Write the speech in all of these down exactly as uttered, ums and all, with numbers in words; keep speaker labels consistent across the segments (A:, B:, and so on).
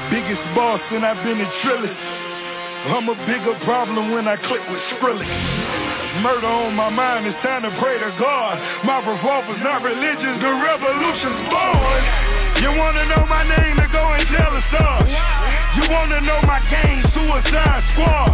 A: Biggest boss and I've been a Trillis. I'm a bigger problem when I click with Skrillex. Murder on my mind, it's time to pray to God. My revolver's not religious, the revolution's born. You wanna know my name, to go and tell us us. You wanna know my gang, Suicide Squad.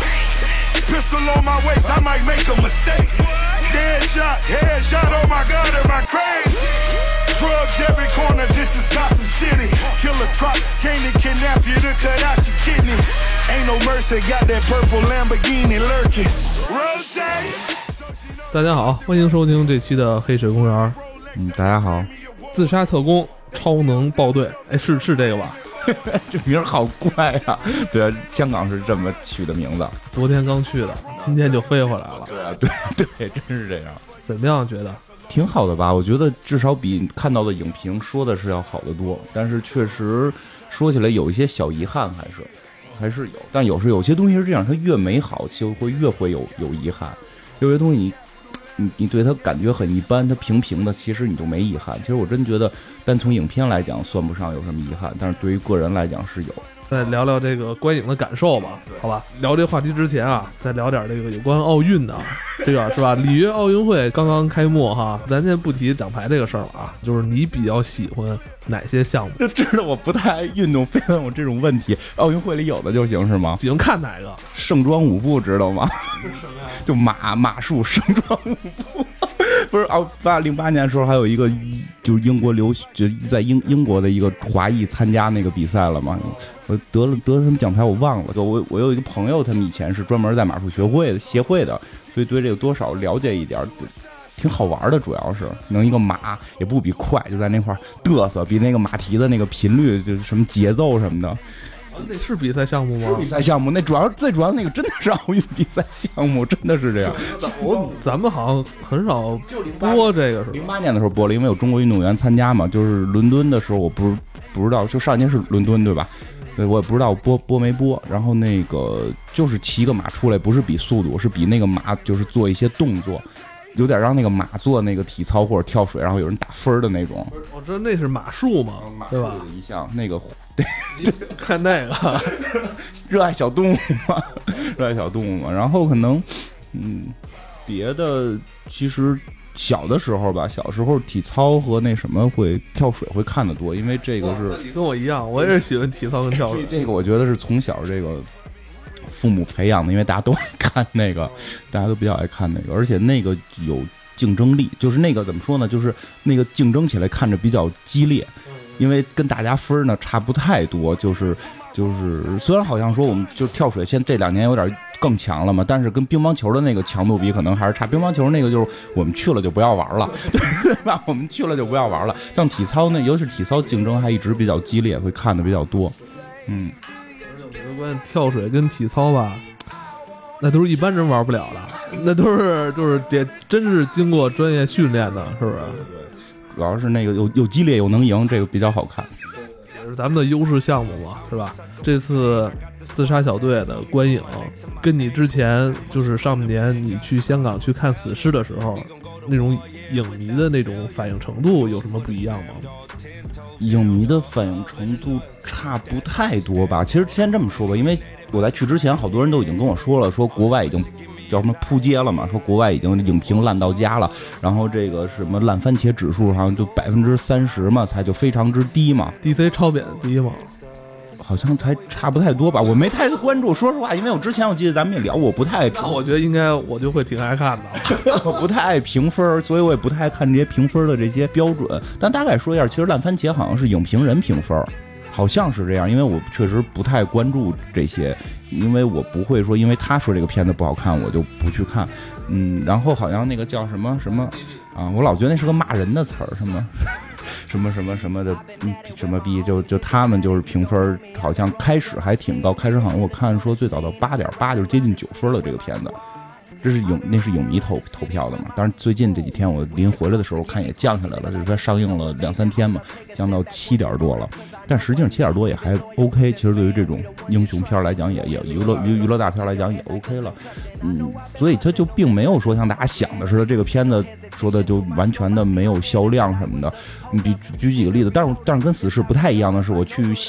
A: Pistol on my waist, I might make a mistake. Dead shot, head shot, oh my God, am I crazy? Drugs every corner, this is Gotham City. Killer Croc came to kidnap you to cut out your kidney. Ain't no mercy, got that purple Lamborghini lurking. Rose.
B: 大家好，欢迎收听这期的黑水公园。
C: 嗯，大家好。
B: 自杀特工超能爆队，哎，是是这个吧？
C: 这名儿好怪啊！对啊，香港是这么取的名字。
B: 昨天刚去的，今天就飞回来了。
C: 对啊，对对，真是这样。
B: 怎么样？觉得
C: 挺好的吧？我觉得至少比看到的影评说的是要好得多。但是确实说起来有一些小遗憾，还是还是有。但有时有些东西是这样，它越美好就会越会有有遗憾。有些东西你你你对它感觉很一般，它平平的，其实你就没遗憾。其实我真觉得，单从影片来讲，算不上有什么遗憾，但是对于个人来讲是有。
B: 再聊聊这个观影的感受吧，好吧？聊这话题之前啊，再聊点这个有关奥运的，这个是吧？里约奥运会刚刚开幕哈，咱先不提奖牌这个事儿了啊，就是你比较喜欢哪些项目？
C: 就知道我不太爱运动，非问我这种问题。奥运会里有的就行是吗？
B: 喜欢看哪个？
C: 盛装舞步知道吗？就马马术盛装舞步。不是奥八零八年的时候还有一个就是英国留就在英英国的一个华裔参加那个比赛了嘛，我得了得了什么奖牌我忘了。就我我有一个朋友，他们以前是专门在马术学会的协会的，所以对这个多少了解一点，挺好玩的。主要是能一个马也不比快，就在那块嘚瑟，比那个马蹄的那个频率就是什么节奏什么的。
B: 那是比赛项目吗？
C: 比赛项目，那主要最主要那个真的是奥运比赛项目，真的是这样。
B: 我咱们好像很少播这个，是吧？
C: 零八年的时候播了，因为有中国运动员参加嘛。就是伦敦的时候，我不是不知道，就上一年是伦敦对吧？对，我也不知道播播没播。然后那个就是骑个马出来，不是比速度，是比那个马就是做一些动作。有点让那个马做那个体操或者跳水，然后有人打分的那种。
B: 我知道那是马术嘛，对吧？
C: 一项那个，对，
B: 看那个，
C: 热爱小动物嘛，热爱小动物嘛。然后可能，嗯，别的其实小的时候吧，小时候体操和那什么会跳水会看得多，因为这个是
B: 你跟我一样，我也是喜欢体操跟跳水。
C: 这个我觉得是从小这个。父母培养的，因为大家都爱看那个，大家都比较爱看那个，而且那个有竞争力，就是那个怎么说呢，就是那个竞争起来看着比较激烈，因为跟大家分呢差不太多，就是就是虽然好像说我们就跳水现这两年有点更强了嘛，但是跟乒乓球的那个强度比可能还是差。乒乓球那个就是我们去了就不要玩了，对吧？我们去了就不要玩了。像体操那，尤其是体操竞争还一直比较激烈，会看的比较多，嗯。
B: 关键跳水跟体操吧，那都是一般人玩不了的，那都是就是得真是经过专业训练的，是不是？
C: 对，主要是那个又又激烈又能赢，这个比较好看，
B: 也是咱们的优势项目嘛，是吧？这次自杀小队的观影，跟你之前就是上半年你去香港去看死尸的时候，那种影迷的那种反应程度有什么不一样吗？
C: 影迷的反应程度差不太多吧。其实先这么说吧，因为我在去之前，好多人都已经跟我说了，说国外已经叫什么扑街了嘛，说国外已经影评烂到家了，然后这个什么烂番茄指数好像就百分之三十嘛，才就非常之低嘛。
B: D C 超扁的低嘛，
C: 好像才差不太多吧，我没太关注。说实话，因为我之前我记得咱们也聊，我不太
B: 那我觉得应该我就会挺爱看的，
C: 我不太爱评分，所以我也不太爱看这些评分的这些标准。但大概说一下，其实烂番茄好像是影评人评分，好像是这样，因为我确实不太关注这些，因为我不会说因为他说这个片子不好看我就不去看。嗯，然后好像那个叫什么什么啊，我老觉得那是个骂人的词儿，什么什么什么什么的，嗯，什么逼，就就他们就是评分，好像开始还挺高，开始好像我看说最早到八点八，就是接近九分了这个片子。这是影那是影迷投投票的嘛？当然最近这几天我临回来的时候看也降下来了，就是它上映了两三天嘛，降到七点多了。但实际上七点多也还 OK， 其实对于这种英雄片来讲也也娱乐娱娱乐大片来讲也 OK 了。嗯，所以它就并没有说像大家想的似的，这个片子说的就完全的没有销量什么的。你比举几个例子，但是但是跟死侍不太一样的是，我去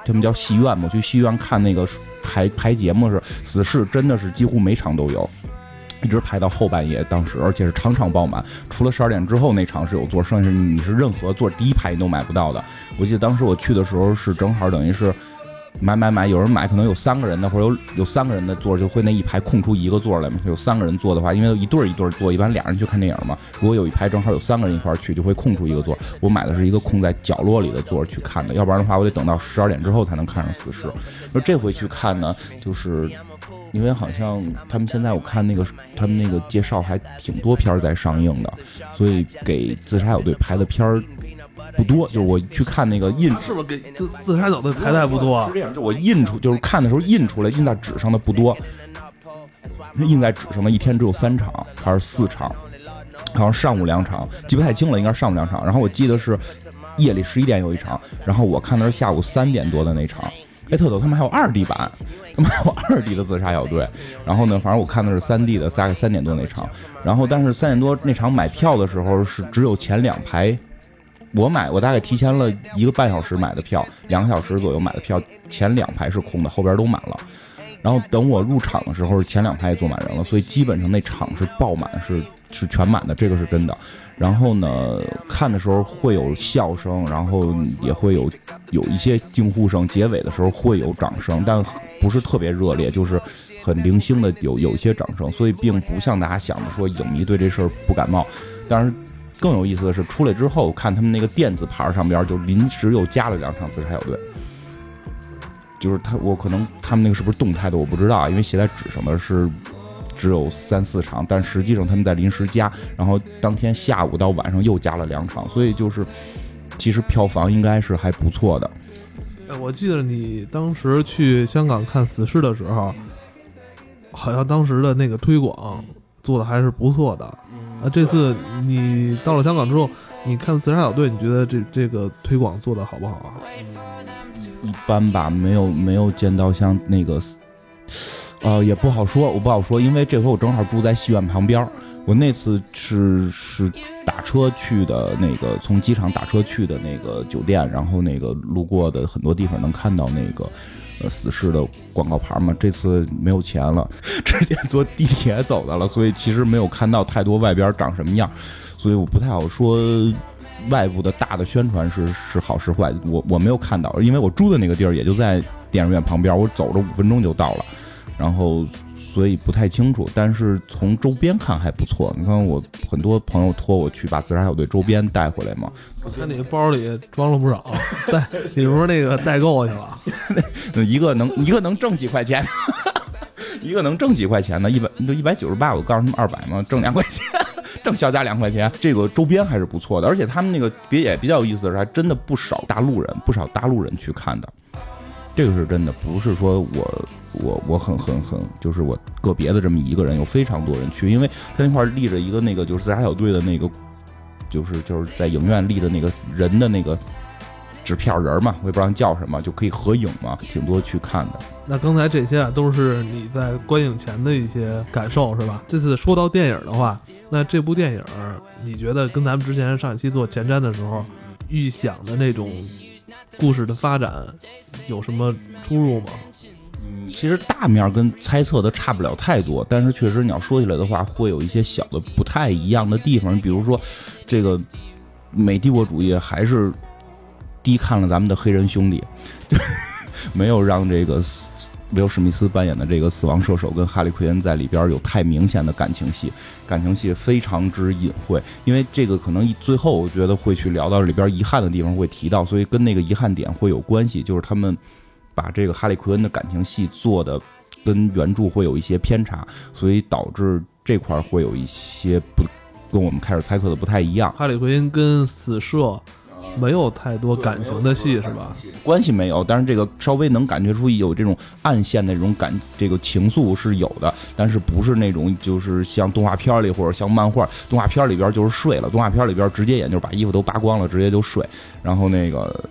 C: 他们叫戏院嘛，去戏院看那个排排节目是死侍，真的是几乎每场都有。一直排到后半夜，当时而且是场场爆满，除了十二点之后那场是有座，剩下你是任何座第一排你都买不到的。我记得当时我去的时候是正好等于是买买买，有人买可能有三个人的，或者有有三个人的座，就会那一排空出一个座来嘛。有三个人坐的话，因为一对一对坐，一般俩人去看电影嘛。如果有一排正好有三个人一块去，就会空出一个座。我买的是一个空在角落里的座去看的，要不然的话我得等到十二点之后才能看上死侍。而这回去看呢，就是因为好像他们现在我看那个他们那个介绍还挺多片在上映的，所以给自杀小队排的片儿不多。就是我去看那个印，
B: 是不是给自自杀小队排的不多啊？
C: 是这样，就我印出就是看的时候印出来印在纸上的不多，印在纸上的一天只有三场还是四场，好像上午两场，记不太清了，应该是上午两场。然后我记得是夜里十一点有一场，然后我看的是下午三点多的那场。哎，特逗，他们还有二 D 版，他们还有二 D 的自杀小队。然后呢，反正我看的是三 D 的，大概三点多那场。然后但是三点多那场买票的时候是只有前两排，我买我大概提前了一个半小时买的票，两个小时左右买的票，前两排是空的，后边都满了。然后等我入场的时候，前两排也坐满人了，所以基本上那场是爆满，是是全满的，这个是真的。然后呢，看的时候会有笑声，然后也会有有一些惊呼声，结尾的时候会有掌声，但不是特别热烈，就是很零星的有有一些掌声，所以并不像大家想的说影迷对这事儿不感冒。当然更有意思的是，出来之后看他们那个电子牌上边就临时又加了两场自杀小队。就是他，我可能他们那个是不是动态的，我不知道啊，因为写在纸上的是只有三四场，但实际上他们在临时加，然后当天下午到晚上又加了两场，所以就是其实票房应该是还不错的。
B: 哎，我记得你当时去香港看死侍的时候，好像当时的那个推广做的还是不错的。啊，这次你到了香港之后，你看自杀小队，你觉得这这个推广做的好不好啊？
C: 一般吧，没有没有见到像那个，呃，也不好说，我不好说，因为这回我正好住在戏院旁边，我那次是是打车去的那个，从机场打车去的那个酒店，然后那个路过的很多地方能看到那个呃死侍的广告牌嘛。这次没有钱了，直接坐地铁走的了，所以其实没有看到太多外边长什么样，所以我不太好说。外部的大的宣传是是好是坏，我我没有看到，因为我住的那个地儿也就在电影院旁边，我走着五分钟就到了，然后所以不太清楚。但是从周边看还不错，你看我很多朋友托我去把自杀小队周边带回来嘛。
B: 我看你包里装了不少，带你不是那个代购去了？
C: 一个能一个能挣几块钱，一个能挣几块钱呢？一百就一百九十八，我告诉他们二百嘛，挣两块钱。挣小价两块钱，这个周边还是不错的，而且他们那个别也比较有意思的是，还真的不少大陆人，不少大陆人去看的，这个是真的，不是说我我我很很很，就是我个别的这么一个人，有非常多人去，因为他那块立着一个那个就是自杀小队的那个，就是就是在影院立着那个人的那个纸片人嘛，我也不知道叫什么，就可以合影嘛，挺多去看的。
B: 那刚才这些啊，都是你在观影前的一些感受，是吧？这次说到电影的话，那这部电影你觉得跟咱们之前上一期做前瞻的时候预想的那种故事的发展有什么出入吗？
C: 嗯，其实大面跟猜测的差不了太多，但是确实你要说起来的话，会有一些小的不太一样的地方，比如说这个美帝国主义还是低看了咱们的黑人兄弟，没有让这个威尔史密斯扮演的这个死亡射手跟哈利奎恩在里边有太明显的感情戏，感情戏非常之隐晦，因为这个可能最后我觉得会去聊到里边遗憾的地方会提到，所以跟那个遗憾点会有关系，就是他们把这个哈利奎恩的感情戏做的跟原著会有一些偏差，所以导致这块会有一些不跟我们开始猜测的不太一样。
B: 哈利奎恩跟死射没有太多感情的戏是吧？
C: 关系没有，但是这个稍微能感觉出有这种暗线的这种感，这个情愫是有的，但是不是那种就是像动画片里或者像漫画，动画片里边就是睡了，动画片里边直接眼就是把衣服都扒光了，直接就睡，然后那个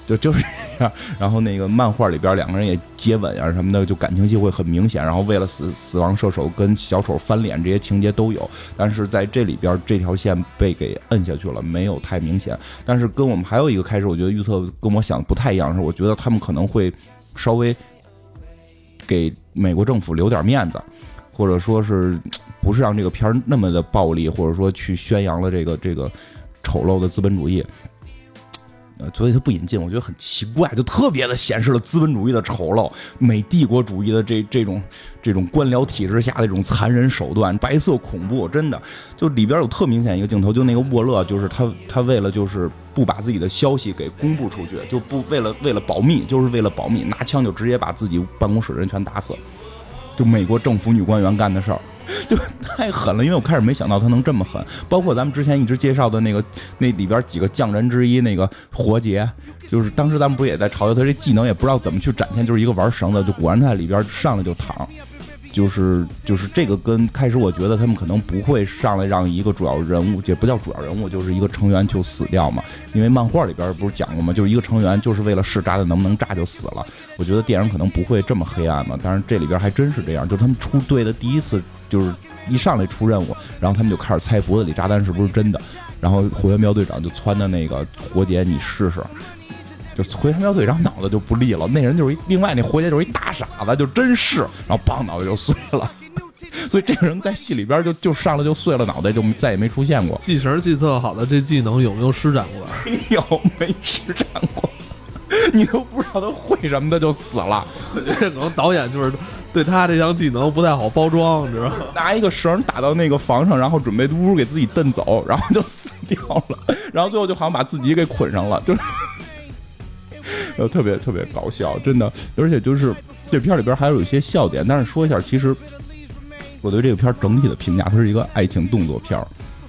C: 就就是这样。然后那个漫画里边两个人也接吻啊什么的，就感情戏会很明显。然后为了死死亡射手跟小丑翻脸这些情节都有，但是在这里边这条线被给摁下去了，没有太明显。但是跟我们还有一个开始，我觉得预测跟我想不太一样，是我觉得他们可能会稍微给美国政府留点面子，或者说是不是让这个片儿那么的暴力，或者说去宣扬了这个这个丑陋的资本主义。呃，所以他不引进，我觉得很奇怪，就特别的显示了资本主义的丑陋，美帝国主义的这这种这种官僚体制下的这种残忍手段，白色恐怖，真的就里边有特明显一个镜头，就那个沃勒，就是他他为了就是不把自己的消息给公布出去，就不为了为了保密，就是为了保密，拿枪就直接把自己办公室人全打死，就美国政府女官员干的事儿。就太狠了，因为我开始没想到他能这么狠。包括咱们之前一直介绍的那个那里边几个匠人之一那个活结，就是当时咱们不也在嘲笑他这技能也不知道怎么去展现，就是一个玩绳的，就果然他在里边上来就躺。就是就是这个跟开始我觉得他们可能不会上来让一个主要人物，也不叫主要人物，就是一个成员就死掉嘛。因为漫画里边不是讲过吗？就是一个成员就是为了试炸的能不能炸就死了。我觉得电影可能不会这么黑暗嘛，但是这里边还真是这样。就他们出队的第一次，就是一上来出任务，然后他们就开始猜脖子里炸弹是不是真的，然后火焰喵队长就撺的那个活结你试试。就回山喵队长脑袋就不利了，那人就是一另外那活结就是一大傻子，就真是，然后棒脑袋就碎了。所以这个人在戏里边就就上来就碎了脑袋，就再也没出现过。
B: 记神记特好的这技能有没有施展过？
C: 没有，没施展过。你都不知道他会什么，他就死了。
B: 我觉得可能导演就是对他这项技能不太好包装，你知道吗？
C: 拿一个绳打到那个房上，然后准备呜呜给自己蹬走，然后就死掉了。然后最后就好像把自己给捆上了，就是。呃，特别特别搞笑，真的，而且就是这片里边还有一些笑点，但是说一下，其实我对这个片整体的评价，它是一个爱情动作片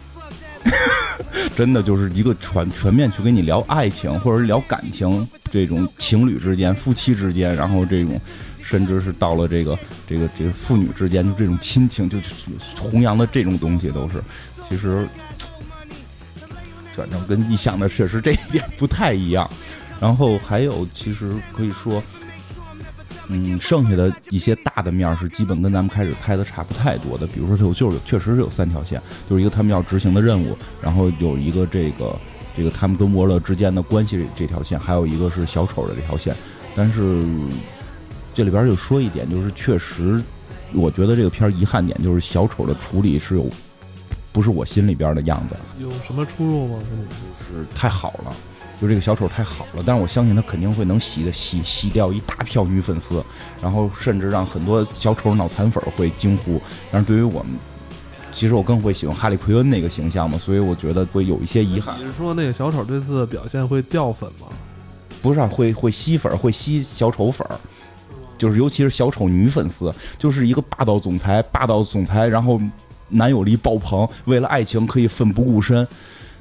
C: 真的就是一个全全面去跟你聊爱情或者聊感情，这种情侣之间、夫妻之间，然后这种甚至是到了这个这个这个父女之间，就这种亲情，就弘扬的这种东西都是，其实反正跟你想的确实这一点不太一样。然后还有，其实可以说，嗯，剩下的一些大的面是基本跟咱们开始猜的差不太多的。比如说，就就是确实是有三条线，就是一个他们要执行的任务，然后有一个这个这个他们跟沃勒之间的关系这条线，还有一个是小丑的这条线。但是这里边就说一点，就是确实，我觉得这个片遗憾点就是小丑的处理是有不是我心里边的样子。
B: 有什么出入吗？
C: 就是太好了。就这个小丑太好了，但是我相信他肯定会能洗的洗洗掉一大票女粉丝，然后甚至让很多小丑脑残粉会惊呼。但是对于我们，其实我更会喜欢哈利奎恩那个形象嘛，所以我觉得会有一些遗憾。
B: 你是说那个小丑这次的表现会掉粉吗？
C: 不是、啊，会会吸粉，会吸小丑粉，就是尤其是小丑女粉丝，就是一个霸道总裁，霸道总裁，然后男友力爆棚，为了爱情可以奋不顾身。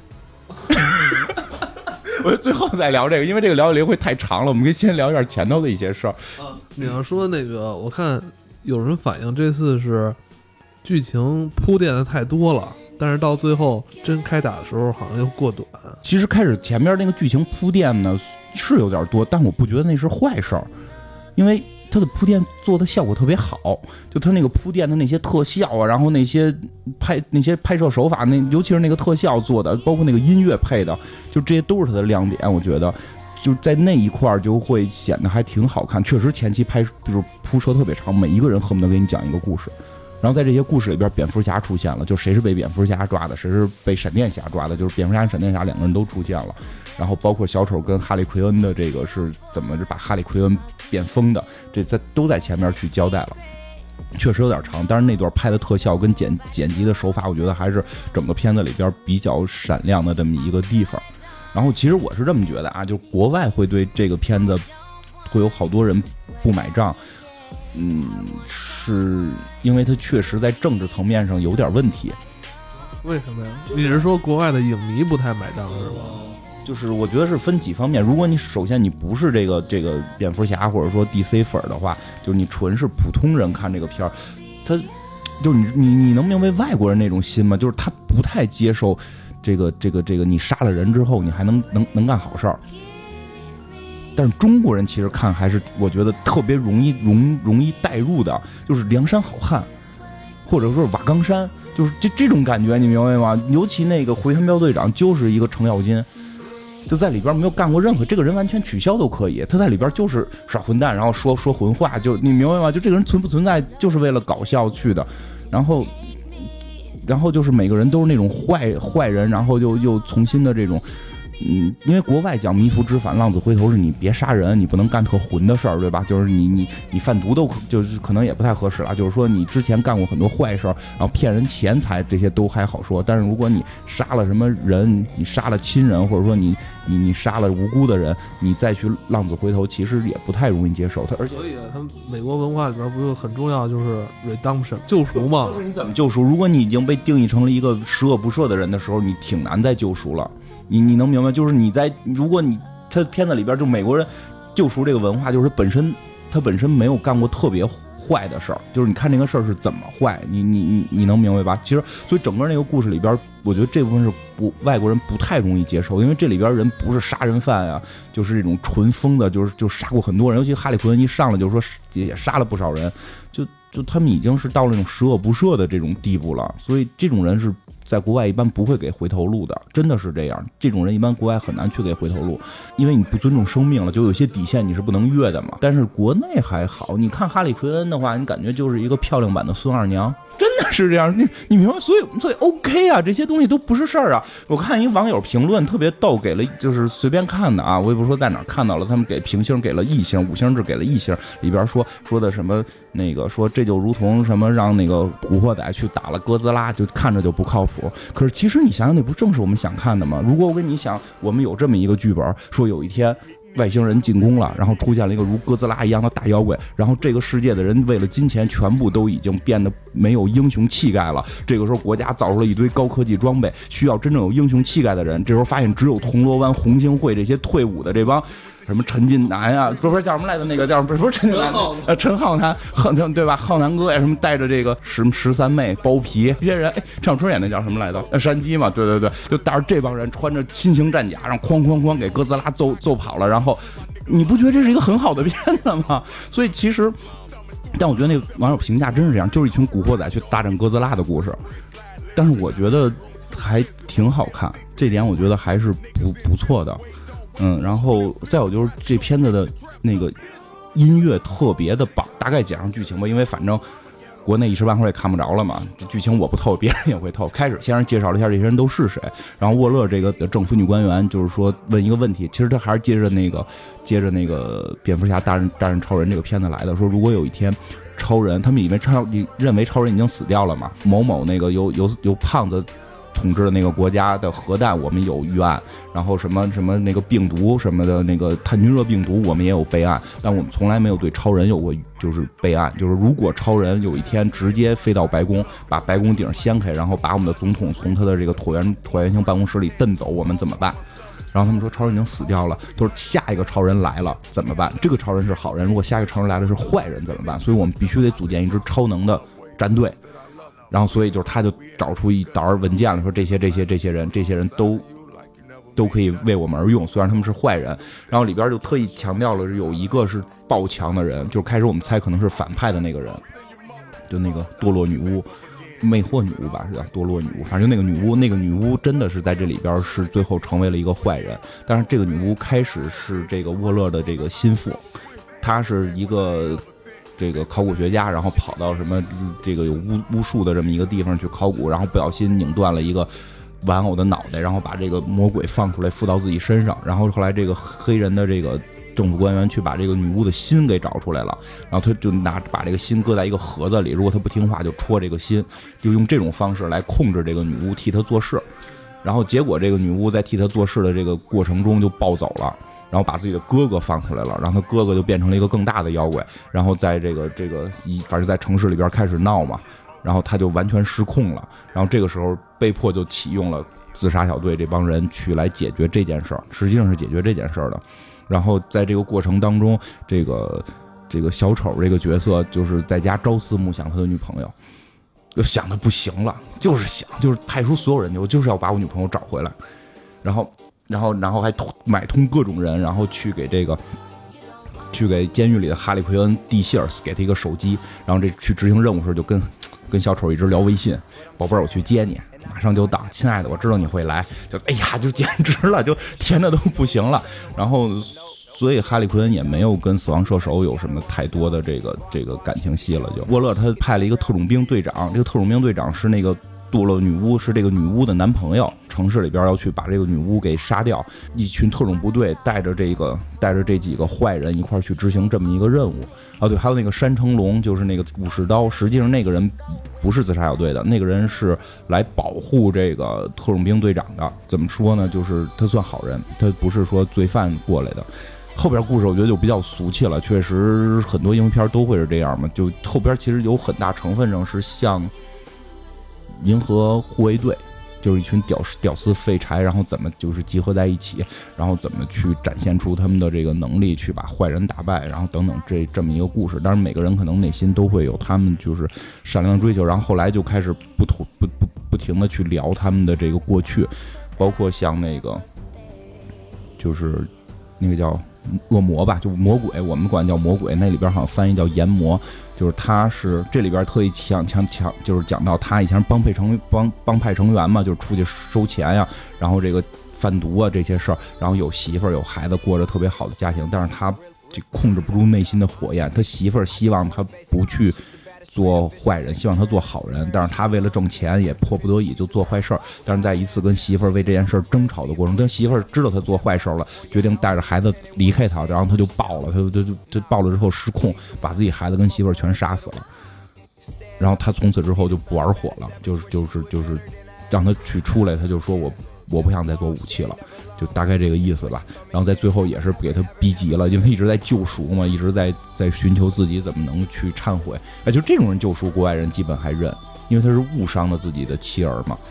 C: 我就最后再聊这个，因为这个聊一聊会太长了，我们可以先聊一下前头的一些事儿。
B: 啊，你要说那个，我看有人反映这次是剧情铺垫的太多了，但是到最后真开打的时候好像又过短。
C: 其实开始前面那个剧情铺垫呢是有点多，但我不觉得那是坏事儿，因为它的铺垫做的效果特别好，就它那个铺垫的那些特效啊，然后那些拍那些拍摄手法，那尤其是那个特效做的，包括那个音乐配的，就这些都是它的亮点。我觉得就在那一块就会显得还挺好看。确实前期拍就是铺车特别长，每一个人恨不得给你讲一个故事。然后在这些故事里边，蝙蝠侠出现了，就谁是被蝙蝠侠抓的，谁是被闪电侠抓的，就是蝙蝠侠、闪电侠两个人都出现了。然后包括小丑跟哈利奎恩的这个是怎么把哈利奎恩变疯的，这在都在前面去交代了。确实有点长，但是那段拍的特效跟剪剪辑的手法，我觉得还是整个片子里边比较闪亮的这么一个地方。然后其实我是这么觉得啊，就国外会对这个片子会有好多人不买账。嗯，是因为它确实在政治层面上有点问题。
B: 为什么呀？你是说国外的影迷不太买账是吧？
C: 就是我觉得是分几方面。如果你首先你不是这个这个蝙蝠侠或者说 D C 粉的话，就是你纯是普通人看这个片儿，他就是你你你能明白外国人那种心吗？就是他不太接受这个这个这个你杀了人之后你还能能能干好事儿。 但是中国人其实看还是我觉得特别容易容容易带入的，就是梁山好汉，或者说是瓦岗山，就是这这种感觉，你明白吗？尤其那个回旋镖队长就是一个程咬金。就在里边没有干过任何，这个人完全取消都可以。他在里边就是耍混蛋，然后说说混话，就你明白吗？就这个人存不存在，就是为了搞笑去的。然后，然后就是每个人都是那种坏坏人，然后又又重新的这种，嗯，因为国外讲迷途知返，浪子回头是你别杀人，你不能干特混的事儿，对吧？就是你你你贩毒都就是可能也不太合适了。就是说你之前干过很多坏事，然后骗人钱财这些都还好说，但是如果你杀了什么人，你杀了亲人，或者说你你你杀了无辜的人，你再去浪子回头，其实也不太容易接受。他而且
B: 所以他们美国文化里边不是很重要，就是 redemption 救赎嘛，
C: 就是你怎么救赎？如果你已经被定义成了一个十恶不赦的人的时候，你挺难再救赎了。你你能明白？就是你在如果你他片子里边就美国人救赎这个文化，就是本身他本身没有干过特别坏的事儿，就是你看这个事儿是怎么坏，你你你你能明白吧？其实所以整个那个故事里边，我觉得这部分是不外国人不太容易接受，因为这里边人不是杀人犯啊，就是这种纯疯的，就是就杀过很多人，尤其哈利·奎恩一上来就是说也杀了不少人，就就他们已经是到了那种十恶不赦的这种地步了，所以这种人是在国外一般不会给回头路的，真的是这样。这种人一般国外很难去给回头路，因为你不尊重生命了，就有些底线你是不能越的嘛。但是国内还好，你看哈利·奎恩的话，你感觉就是一个漂亮版的孙二娘。真的是这样，你你明白？所以所以 OK 啊，这些东西都不是事儿啊。我看一网友评论特别逗，给了就是随便看的啊，我也不说在哪儿看到了，他们给评星给了一星，五星制给了一星，里边说说的什么那个说这就如同什么让那个古惑仔去打了哥斯拉，就看着就不靠谱。可是其实你想想，那不正是我们想看的吗？如果我跟你想，我们有这么一个剧本，说有一天外星人进攻了，然后出现了一个如哥斯拉一样的大妖怪，然后这个世界的人为了金钱全部都已经变得没有英雄气概了。这个时候国家造出了一堆高科技装备，需要真正有英雄气概的人。这时候发现只有铜锣湾红星会这些退伍的这帮什么陈近南呀、啊，不是叫什么来的那个叫不是陈近南，呃陈浩南，对吧？浩南哥呀，什么带着这个十十三妹包皮这些人，哎，张春演的叫什么来着？呃山鸡嘛，对对对，就带着这帮人穿着新型战甲，然后哐哐哐给哥斯拉揍揍跑了。然后你不觉得这是一个很好的片子吗？所以其实，但我觉得那个网友评价真是这样，就是一群古惑仔去大战哥斯拉的故事。但是我觉得还挺好看，这点我觉得还是不不错的。嗯，然后再有就是这片子的那个音乐特别的棒，大概讲上剧情吧，因为反正国内一时半会儿也看不着了嘛，这剧情我不透，别人也会透。开始先是介绍了一下这些人都是谁，然后沃勒这个政府女官员就是说问一个问题，其实他还是接着那个接着那个蝙蝠侠大战大战超人这个片子来的，说如果有一天超人，他们以为超你认为超人已经死掉了嘛，某某那个由由由胖子统治的那个国家的核弹我们有预案，然后什么什么那个病毒什么的那个炭疽热病毒我们也有备案，但我们从来没有对超人有过就是备案，就是如果超人有一天直接飞到白宫，把白宫顶掀开，然后把我们的总统从他的这个椭圆椭圆形办公室里蹬走，我们怎么办？然后他们说超人已经死掉了，都是下一个超人来了怎么办？这个超人是好人，如果下一个超人来的是坏人怎么办？所以我们必须得组建一支超能的战队。然后所以就是他就找出一沓文件了，说这些这些这些人这些人都都可以为我们而用，虽然他们是坏人。然后里边就特意强调了有一个是爆强的人，就是开始我们猜可能是反派的那个人，就那个堕落女巫魅惑女巫吧，是吧？堕落女巫，反正就那个女巫，那个女巫真的是在这里边是最后成为了一个坏人。但是这个女巫开始是这个沃勒的这个心腹，她是一个这个考古学家，然后跑到什么这个有巫巫术的这么一个地方去考古，然后不小心拧断了一个玩偶的脑袋，然后把这个魔鬼放出来附到自己身上，然后后来这个黑人的这个政府官员去把这个女巫的心给找出来了，然后他就拿把这个心搁在一个盒子里，如果他不听话就戳这个心，就用这种方式来控制这个女巫替他做事。然后结果这个女巫在替他做事的这个过程中就暴走了，然后把自己的哥哥放出来了，然后他哥哥就变成了一个更大的妖怪，然后在这个这个一反正在城市里边开始闹嘛，然后他就完全失控了，然后这个时候被迫就启用了自杀小队这帮人去来解决这件事儿，实际上是解决这件事儿的。然后在这个过程当中，这个这个小丑这个角色就是在家朝思暮想他的女朋友，就想的不行了，就是想就是派出所有人，我就是要把我女朋友找回来，然后然后然后还买通各种人，然后去给这个去给监狱里的哈利奎恩递信儿，给他一个手机，然后这去执行任务时候就跟跟小丑一直聊微信，宝贝儿我去接你，马上就到，亲爱的我知道你会来，就哎呀就简直了，就甜的都不行了。然后所以哈利奎恩也没有跟死亡射手有什么太多的这个这个感情戏了。就沃勒他派了一个特种兵队长，这个特种兵队长是那个堕落女巫，是这个女巫的男朋友，城市里边要去把这个女巫给杀掉，一群特种部队带着这个带着这几个坏人一块去执行这么一个任务。啊对，还有那个山城龙，就是那个武士刀，实际上那个人不是自杀小队的，那个人是来保护这个特种兵队长的。怎么说呢，就是他算好人，他不是说罪犯过来的。后边故事我觉得就比较俗气了，确实很多英雄片都会是这样嘛，就后边其实有很大成分上是像银河护卫队，就是一群屌屌丝废柴，然后怎么就是集合在一起，然后怎么去展现出他们的这个能力，去把坏人打败，然后等等这这么一个故事。当然每个人可能内心都会有他们就是善良的追求，然后后来就开始不不不不停的去聊他们的这个过去，包括像那个就是那个叫恶魔吧，就魔鬼，我们管叫魔鬼，那里边好像翻译叫炎魔，就是他是这里边特意强强强，就是讲到他以前是帮派成帮帮派成员嘛，就是出去收钱呀，然后这个贩毒啊这些事儿，然后有媳妇儿有孩子，过着特别好的家庭，但是他就控制不住内心的火焰，他媳妇儿希望他不去做坏人，希望他做好人，但是他为了挣钱也迫不得已就做坏事儿。但是在一次跟媳妇儿为这件事争吵的过程，跟媳妇儿知道他做坏事了，决定带着孩子离开他，然后他就爆了，他就就就爆了之后失控，把自己孩子跟媳妇儿全杀死了。然后他从此之后就不玩火了，就是就是就是让他去出来，他就说我我不想再做武器了，就大概这个意思吧。然后在最后也是给他逼急了，因为他一直在救赎嘛，一直在在寻求自己怎么能去忏悔。哎，就这种人救赎，国外人基本还认，因为他是误伤了自己的妻儿嘛。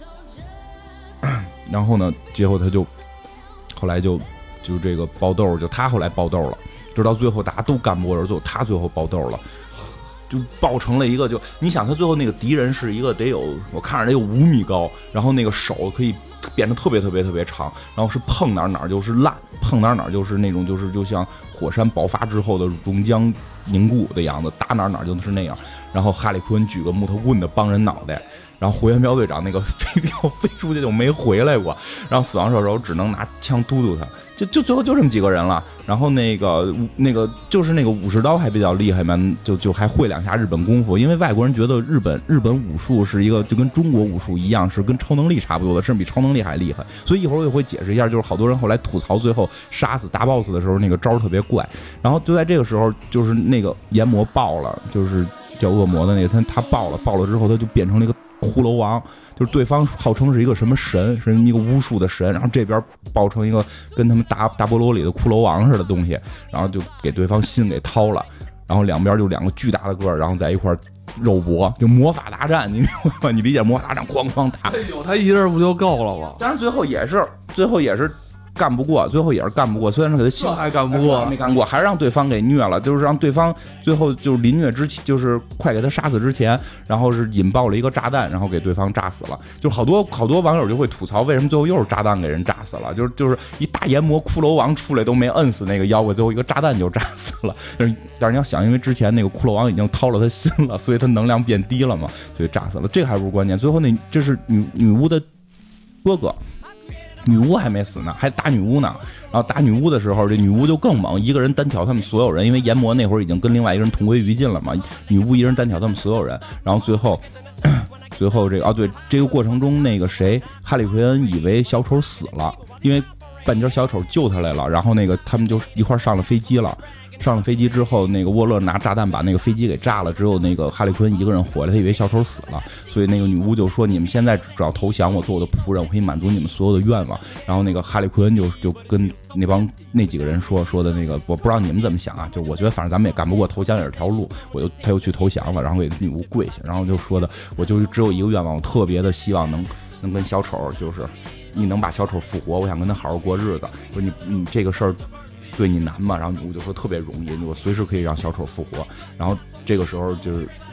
C: 然后呢，最后他就后来就就这个爆豆，就他后来爆豆了，直到最后大家都干不过人，最后他最后爆豆了。就爆成了一个，就你想他最后那个敌人是一个得有，我看着得有五米高，然后那个手可以变得特别特别特别长，然后是碰哪哪就是烂，碰哪哪就是那种就是就像火山爆发之后的熔浆凝固的样子，打哪哪就是那样。然后哈利奎恩举个木头棍子帮人脑袋，然后回旋镖队长那个飞镖飞出去就没回来过，然后死亡射手只能拿枪嘟嘟他。就就最后就这么几个人了，然后那个那个就是那个武士刀还比较厉害嘛，就就还会两下日本功夫，因为外国人觉得日本日本武术是一个就跟中国武术一样，是跟超能力差不多的，甚至比超能力还厉害。所以一会儿我也会解释一下，就是好多人后来吐槽最后杀死大 boss 的时候那个招特别怪。然后就在这个时候，就是那个炎魔爆了，就是叫恶魔的那个他他爆了，爆了之后他就变成了一个骷髅王。就是对方号称是一个什么神，是一个巫术的神，然后这边爆成一个跟他们大大菠萝里的骷髅王似的东西，然后就给对方心给掏了，然后两边就两个巨大的个儿，然后在一块肉搏，就魔法大战，你明白吗？你理解魔法大战，哐哐打。
B: 哎呦，他一人不就够了吗？
C: 但是最后也是，最后也是。干不过，最后也是干不过。虽然是给他
B: 这还干不过，
C: 没干过，还是让对方给虐了，就是让对方最后就是临虐之前，就是快给他杀死之前，然后是引爆了一个炸弹，然后给对方炸死了。就好多好多网友就会吐槽，为什么最后又是炸弹给人炸死了？就是就是一大炎魔骷髅王出来都没摁死那个妖怪，最后一个炸弹就炸死了。但是但是你要想，因为之前那个骷髅王已经掏了他心了，所以他能量变低了嘛，所以炸死了。这个还不是关键，最后那这是女女巫的哥哥。女巫还没死呢，还打女巫呢。然后打女巫的时候，这女巫就更猛，一个人单挑他们所有人，因为炎魔那会儿已经跟另外一个人同归于尽了嘛。女巫一人单挑他们所有人，然后最后，最后这个啊，对，这个过程中那个谁，哈利奎恩以为小丑死了，因为半截小丑救他来了，然后那个他们就一块上了飞机了。上了飞机之后，那个沃勒拿炸弹把那个飞机给炸了，只有那个哈利奎恩一个人活来，他以为小丑死了，所以那个女巫就说：“你们现在只要投降，我做我的仆人，我可以满足你们所有的愿望。”然后那个哈利奎恩就就跟那帮那几个人说说的那个，我不知道你们怎么想啊，就我觉得反正咱们也干不过，投降也是条路。我就他又去投降了，然后给女巫跪下，然后就说的，我就只有一个愿望，我特别的希望能能跟小丑，就是你能把小丑复活，我想跟他好好过日子。说你你这个事儿。对你难嘛？然后女巫就说特别容易，我随时可以让小丑复活。然后这个时候就是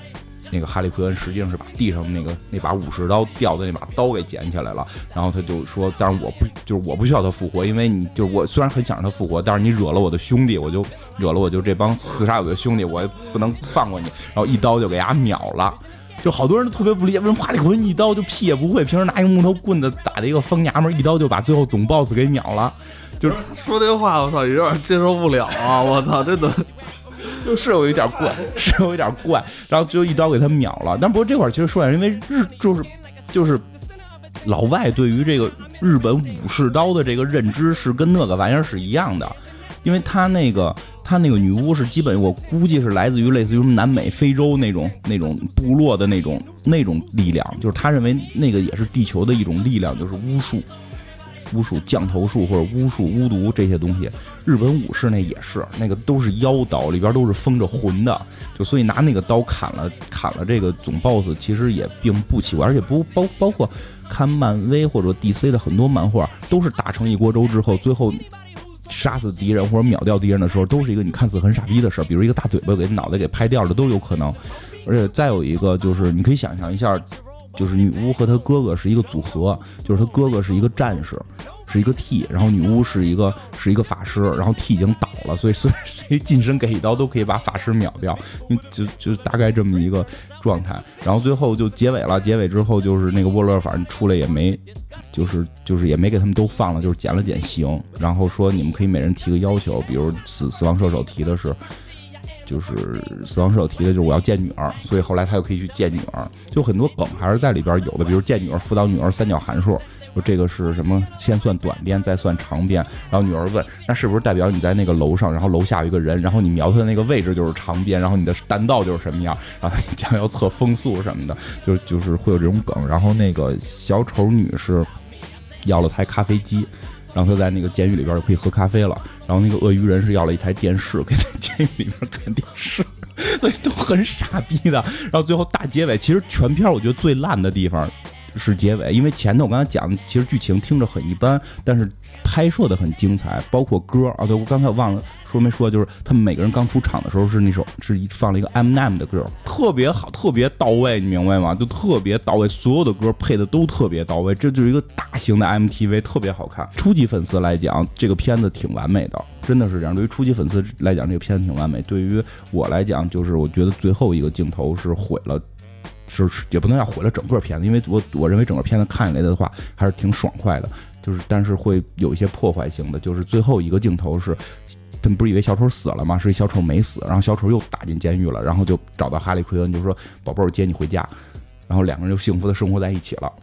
C: 那个哈利奎恩实际上是把地上那个那把武士刀掉的那把刀给捡起来了，然后他就说，但是我不就是我不需要他复活，因为你就是我虽然很想让他复活，但是你惹了我的兄弟，我就惹了我就这帮自杀有的兄弟，我也不能放过你，然后一刀就给他秒了。就好多人都特别不理解，为什么哈利奎恩一刀就屁也不会，平时拿一个木头棍子打的一个疯娘们，一刀就把最后总 boss 给秒了。就是
B: 说这话，我操，有点接受不了啊！我操，真的
C: 就是有一点怪，是有一点怪，然后就一刀给他秒了。但不过这块儿其实说一下，因为日就是就是老外对于这个日本武士刀的这个认知是跟那个玩意儿是一样的，因为他那个。他那个女巫是基本我估计是来自于类似于南美非洲那种那种部落的那种那种力量，就是他认为那个也是地球的一种力量，就是巫术巫术降头术或者巫术巫毒这些东西。日本武士那也是，那个都是妖刀，里边都是封着魂的，就所以拿那个刀砍了砍了这个总 boss 其实也并不奇怪，而且不包包括看漫威或者 D C 的很多漫画都是打成一锅粥之后，最后杀死敌人或者秒掉敌人的时候，都是一个你看似很傻逼的事儿，比如一个大嘴巴给脑袋给拍掉了都有可能。而且再有一个就是你可以想象一下，就是女巫和她哥哥是一个组合，就是她哥哥是一个战士，是一个 T， 然后女巫是一个是一个法师，然后 T 已经倒了，所以所以谁近身给一刀都可以把法师秒掉，就就大概这么一个状态。然后最后就结尾了，结尾之后就是那个沃勒反正出来也没。就是就是也没给他们都放了，就是减了减刑，然后说你们可以每人提个要求，比如死死亡射手提的是，就是死亡射手提的就是我要见女儿，所以后来他又可以去见女儿，就很多梗还是在里边有的，比如见女儿辅导女儿三角函数，说这个是什么，先算短边再算长边，然后女儿问那是不是代表你在那个楼上，然后楼下有一个人，然后你瞄他的那个位置就是长边，然后你的弹道就是什么样，然后你将要测风速什么的，就就是会有这种梗。然后那个小丑女是要了台咖啡机，然后他在那个监狱里边就可以喝咖啡了。然后那个鳄鱼人是要了一台电视，可以在监狱里边看电视，对，都很傻逼的。然后最后大结尾，其实全片我觉得最烂的地方是结尾，因为前头我刚才讲，其实剧情听着很一般，但是拍摄的很精彩，包括歌啊，对我刚才我忘了说没说，就是他们每个人刚出场的时候是那首是放了一个 Eminem 的歌，特别好，特别到位，你明白吗？就特别到位，所有的歌配的都特别到位，这就是一个大型的 M T V， 特别好看。初级粉丝来讲，这个片子挺完美的，真的是这样。对于初级粉丝来讲，这个片子挺完美。对于我来讲，就是我觉得最后一个镜头是毁了。是也不能叫毁了整个片子，因为我我认为整个片子看起来的话还是挺爽快的，就是但是会有一些破坏性的，就是最后一个镜头是他们不是以为小丑死了吗？是小丑没死，然后小丑又打进监狱了，然后就找到哈利奎恩，就说宝贝儿接你回家，然后两个人就幸福的生活在一起了。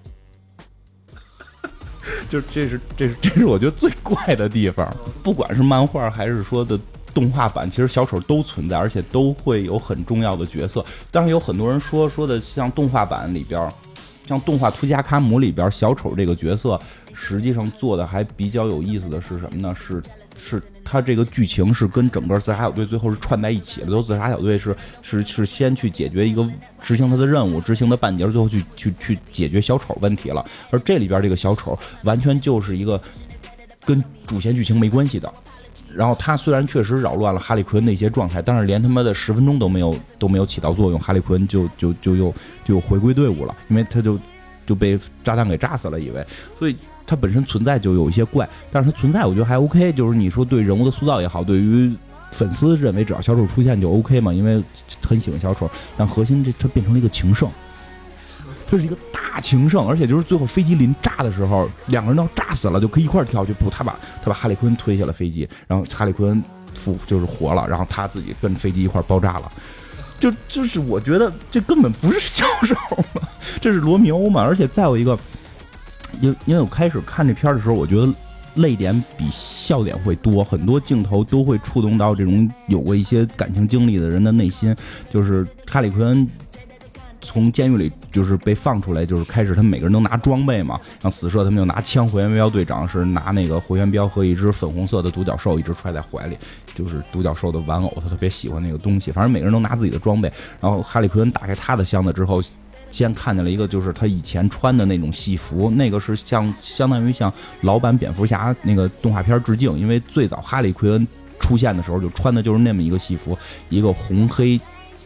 C: 就这是这是这是我觉得最怪的地方，不管是漫画还是说的动画版，其实小丑都存在，而且都会有很重要的角色。当然有很多人说说的像动画版里边，像动画图加卡姆里边小丑这个角色实际上做的还比较有意思的是什么呢？是是他这个剧情是跟整个自杀小队最后是串在一起的，都自杀小队是是是先去解决一个执行他的任务，执行的半截，最后去去去解决小丑问题了。而这里边这个小丑完全就是一个跟主线剧情没关系的。然后他虽然确实扰乱了哈利奎恩的一些状态，但是连他妈的十分钟都没有都没有起到作用，哈利奎恩就就就又就又回归队伍了，因为他就就被炸弹给炸死了，以为，所以他本身存在就有一些怪，但是他存在我觉得还 OK， 就是你说对人物的塑造也好，对于粉丝认为只要小丑出现就 OK 嘛，因为很喜欢小丑，但核心这他变成了一个情圣。这是一个大情圣，而且就是最后飞机临炸的时候，两个人都炸死了，就可以一块跳去。不，他把他把哈利奎恩推下了飞机，然后哈利奎恩复就是活了，然后他自己跟飞机一块爆炸了。就就是我觉得这根本不是小丑嘛，这是罗密欧嘛。而且再有一个，因因为我开始看这片的时候，我觉得泪点比笑点会多，很多镜头都会触动到这种有过一些感情经历的人的内心。就是哈利奎恩从监狱里就是被放出来，就是开始他们每个人都拿装备嘛，像死射他们就拿枪，火焰标队长是拿那个火焰标和一只粉红色的独角兽一直揣在怀里，就是独角兽的玩偶，他特别喜欢那个东西。反正每个人都拿自己的装备，然后哈利奎恩打开他的箱子之后，先看见了一个就是他以前穿的那种戏服，那个是像相当于向老版蝙蝠侠那个动画片致敬，因为最早哈利奎恩出现的时候就穿的就是那么一个戏服，一个红黑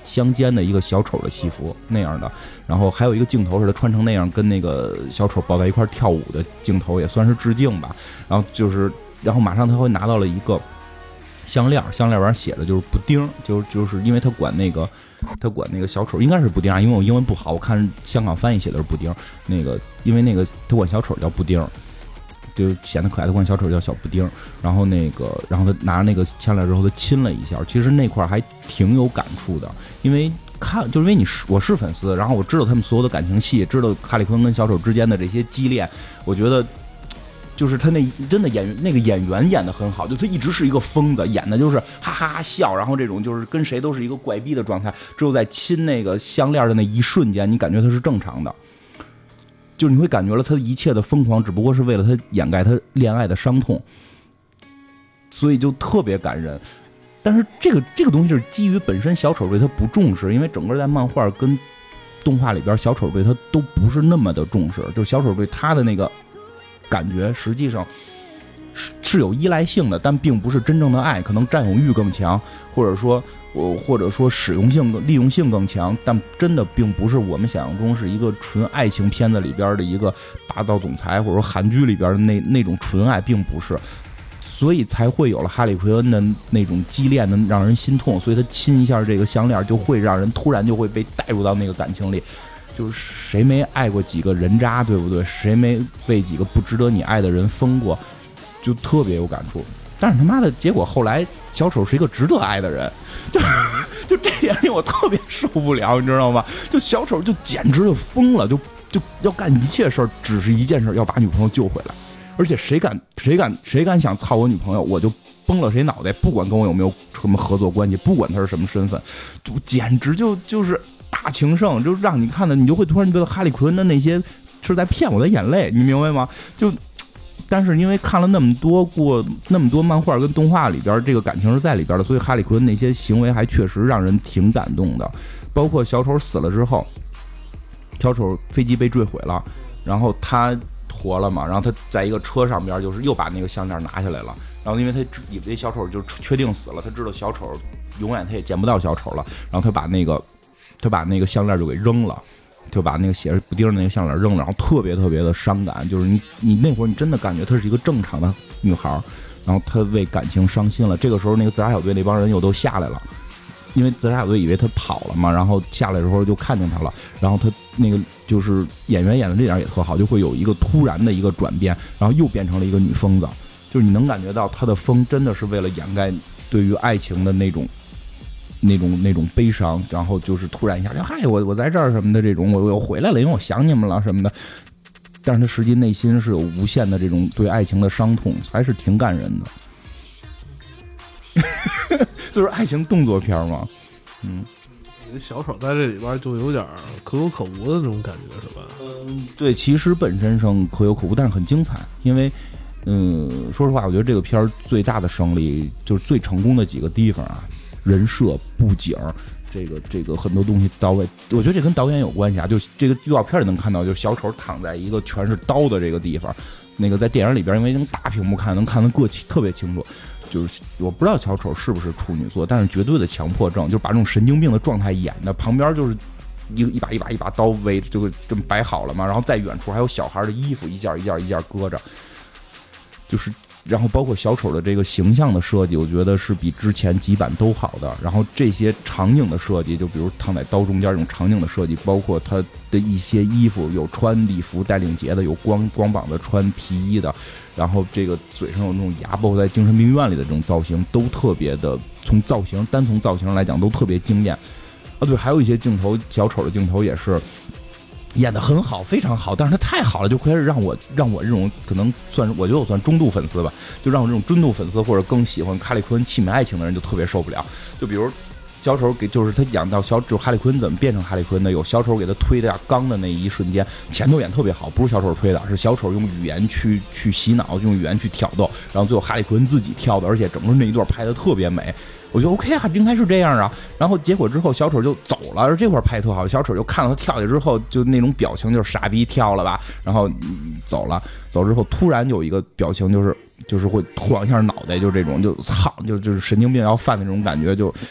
C: 相间的一个小丑的戏服那样的，然后还有一个镜头是他穿成那样跟那个小丑抱在一块跳舞的镜头，也算是致敬吧。然后就是，然后马上他会拿到了一个项链，项链上写的就是布丁，就就是因为他管那个他管那个小丑应该是布丁啊，因为我英文不好，我看香港翻译写的是布丁，那个因为那个他管小丑叫布丁。就显得可爱的管小丑叫小布丁，然后那个，然后他拿着那个项链之后，他亲了一下。其实那块还挺有感触的，因为看，就是因为你是我是粉丝，然后我知道他们所有的感情戏，知道哈利昆跟小丑之间的这些激烈，我觉得就是他那真的演员那个演员演得很好，就他一直是一个疯子，演的就是哈哈哈笑，然后这种就是跟谁都是一个怪逼的状态，只有在亲那个项链的那一瞬间，你感觉他是正常的。就是你会感觉了他一切的疯狂只不过是为了他掩盖他恋爱的伤痛，所以就特别感人。但是这个这个东西是基于本身小丑对他不重视，因为整个在漫画跟动画里边小丑对他都不是那么的重视，就是小丑对他的那个感觉实际上是是有依赖性的，但并不是真正的爱，可能占有欲更强，或者说我或者说使用性利用性更强，但真的并不是我们想象中是一个纯爱情片子里边的一个霸道总裁，或者说韩剧里边的那那种纯爱，并不是，所以才会有了哈利奎恩的那种激烈的让人心痛，所以他亲一下这个项链就会让人突然就会被带入到那个感情里。就是谁没爱过几个人渣，对不对？谁没被几个不值得你爱的人疯过，就特别有感触。但是他妈的结果后来小丑是一个值得爱的人，就就这点令我特别受不了，你知道吗？就小丑就简直就疯了，就就要干一切事儿，只是一件事，要把女朋友救回来。而且谁敢谁敢谁敢想操我女朋友，我就崩了谁脑袋，不管跟我有没有什么合作关系，不管他是什么身份，就简直就就是大情圣，就让你看的你就会突然觉得哈利奎恩的那些是在骗我的眼泪，你明白吗？就但是因为看了那么多过那么多漫画跟动画里边，这个感情是在里边的，所以哈利奎恩那些行为还确实让人挺感动的。包括小丑死了之后，小丑飞机被坠毁了，然后他活了嘛，然后他在一个车上边，就是又把那个项链拿下来了，然后因为他以为小丑就确定死了，他知道小丑永远他也见不到小丑了，然后他把那个他把那个项链就给扔了，就把那个写着布丁的那个项链扔了，然后特别特别的伤感，就是你你那会儿你真的感觉她是一个正常的女孩，然后她为感情伤心了。这个时候那个自杀小队那帮人又都下来了，因为自杀小队以为她跑了嘛，然后下来的时候就看见她了，然后她那个就是演员演的这点也特好，就会有一个突然的一个转变，然后又变成了一个女疯子，就是你能感觉到她的疯真的是为了掩盖对于爱情的那种那种那种悲伤，然后就是突然一下就嗨我我在这儿什么的，这种我我回来了，因为我想你们了什么的，但是他实际内心是有无限的这种对爱情的伤痛，还是挺感人的。就是爱情动作片嘛，嗯，
B: 小丑在这里边就有点可有可无的那种感觉，是吧？
C: 嗯，对，其实本身上可有可无，但是很精彩，因为。嗯，说实话，我觉得这个片儿最大的胜利就是最成功的几个地方啊，人设、布景，这个这个很多东西到位。我觉得这跟导演有关系啊，就这个预告片里能看到，就是小丑躺在一个全是刀的这个地方，那个在电影里边，因为用大屏幕看，能看得个特别清楚。就是我不知道小丑是不是处女座，但是绝对的强迫症，就是把这种神经病的状态演的，旁边就是一一把一把一把刀围，就这么摆好了嘛，然后在远处还有小孩的衣服一件一件一件搁着。就是，然后包括小丑的这个形象的设计，我觉得是比之前几版都好的。然后这些场景的设计，就比如躺在刀中间这种场景的设计，包括他的一些衣服，有穿礼服带领结的，有光光膀的穿皮衣的，然后这个嘴上有那种牙，包括在精神病院里的这种造型，都特别的，从造型单从造型来讲都特别惊艳。啊，对，还有一些镜头，小丑的镜头也是。演得很好，非常好，但是他太好了，就开始让我让我这种可能算是我觉得我算中度粉丝吧，就让我这种中度粉丝或者更喜欢哈利奎恩凄美爱情的人就特别受不了。就比如小丑给就是他演到小就哈利奎恩怎么变成哈利奎恩的，有小丑给他推的缸的那一瞬间，前头演特别好，不是小丑推的，是小丑用语言去去洗脑，用语言去挑逗，然后最后哈利奎恩自己跳的，而且整个那一段拍的特别美。我觉得 OK 啊，应该是这样啊。然后结果之后小丑就走了，而这块拍特好，小丑就看到他跳下之后，就那种表情就是傻逼跳了吧，然后、嗯、走了，走之后突然有一个表情就是就是会晃一下脑袋，就这种就操，就就是神经病要犯的那种感觉，就不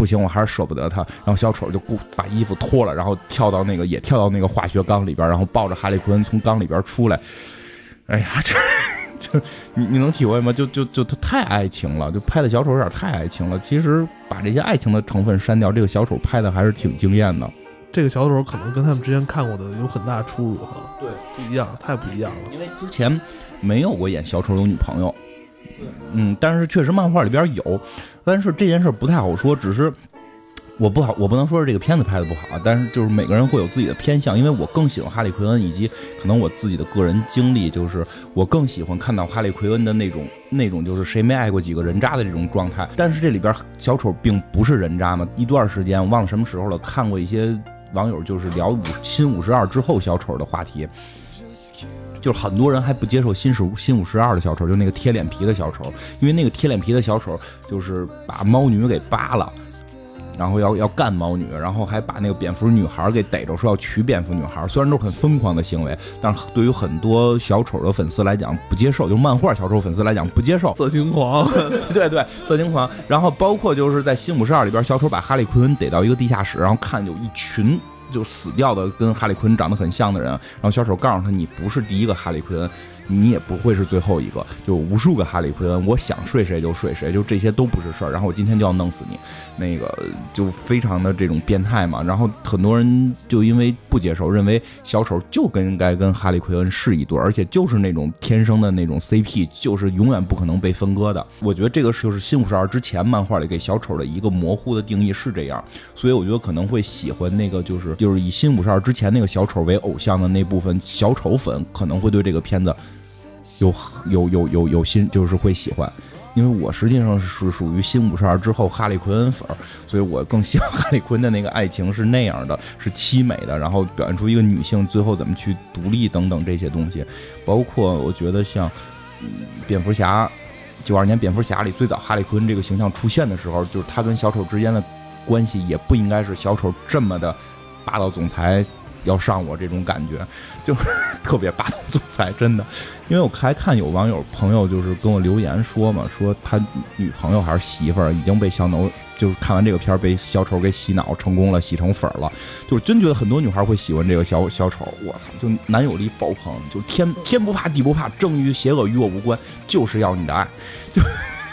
C: 不行，我还是舍不得他。然后小丑就把衣服脱了，然后跳到那个也跳到那个化学缸里边，然后抱着哈利奎恩从缸里边出来。哎呀，这就你你能体会吗？就就就他太爱情了，就拍的小丑有点太爱情了。其实把这些爱情的成分删掉，这个小丑拍的还是挺惊艳的。
B: 这个小丑可能跟他们之前看过的有很大出入哈。对，不一样，太不一样了。
C: 因为之前没有过演小丑有女朋友，嗯，但是确实漫画里边有，但是这件事不太好说，只是。我不好，我不能说是这个片子拍的不好，但是就是每个人会有自己的偏向，因为我更喜欢哈利奎恩，以及可能我自己的个人经历，就是我更喜欢看到哈利奎恩的那种那种就是谁没爱过几个人渣的这种状态。但是这里边小丑并不是人渣嘛，一段时间我忘了什么时候了，看过一些网友就是聊五新五十二之后小丑的话题。就是很多人还不接受新十新五十二的小丑，就是那个贴脸皮的小丑，因为那个贴脸皮的小丑就是把猫女给扒了。然后要要干猫女，然后还把那个蝙蝠女孩给逮着，说要娶蝙蝠女孩。虽然都是很疯狂的行为，但是对于很多小丑的粉丝来讲不接受，就漫画小丑粉丝来讲不接受，
B: 色情狂，
C: 对对，色情狂。然后包括就是在新五十二里边，小丑把哈利奎恩逮到一个地下室，然后看有一群就死掉的跟哈利奎恩长得很像的人，然后小丑告诉他，你不是第一个哈利奎恩。你也不会是最后一个，就无数个哈利奎恩，我想睡谁就睡谁，就这些都不是事儿。然后我今天就要弄死你，那个就非常的这种变态嘛。然后很多人就因为不接受，认为小丑就跟该跟哈利奎恩是一对，而且就是那种天生的那种 C P， 就是永远不可能被分割的。我觉得这个就是新五十二之前漫画里给小丑的一个模糊的定义是这样，所以我觉得可能会喜欢那个就是就是以新五十二之前那个小丑为偶像的那部分小丑粉，可能会对这个片子。有有有有有心，就是会喜欢，因为我实际上是属于新五十二之后哈利奎恩粉，所以我更希望哈利奎恩的那个爱情是那样的，是凄美的，然后表现出一个女性最后怎么去独立等等这些东西，包括我觉得像、嗯、蝙蝠侠，九二年蝙蝠侠里最早哈利奎恩这个形象出现的时候，就是他跟小丑之间的关系也不应该是小丑这么的霸道总裁。要上我这种感觉，就特别霸道总裁，真的。因为我还看有网友朋友就是跟我留言说嘛，说他女朋友还是媳妇儿已经被小脑，就是看完这个片儿被小丑给洗脑成功了，洗成粉了。就是真觉得很多女孩会喜欢这个小小丑，我操，就男友力爆棚，就天天不怕地不怕，正与邪恶与我无关，就是要你的爱，就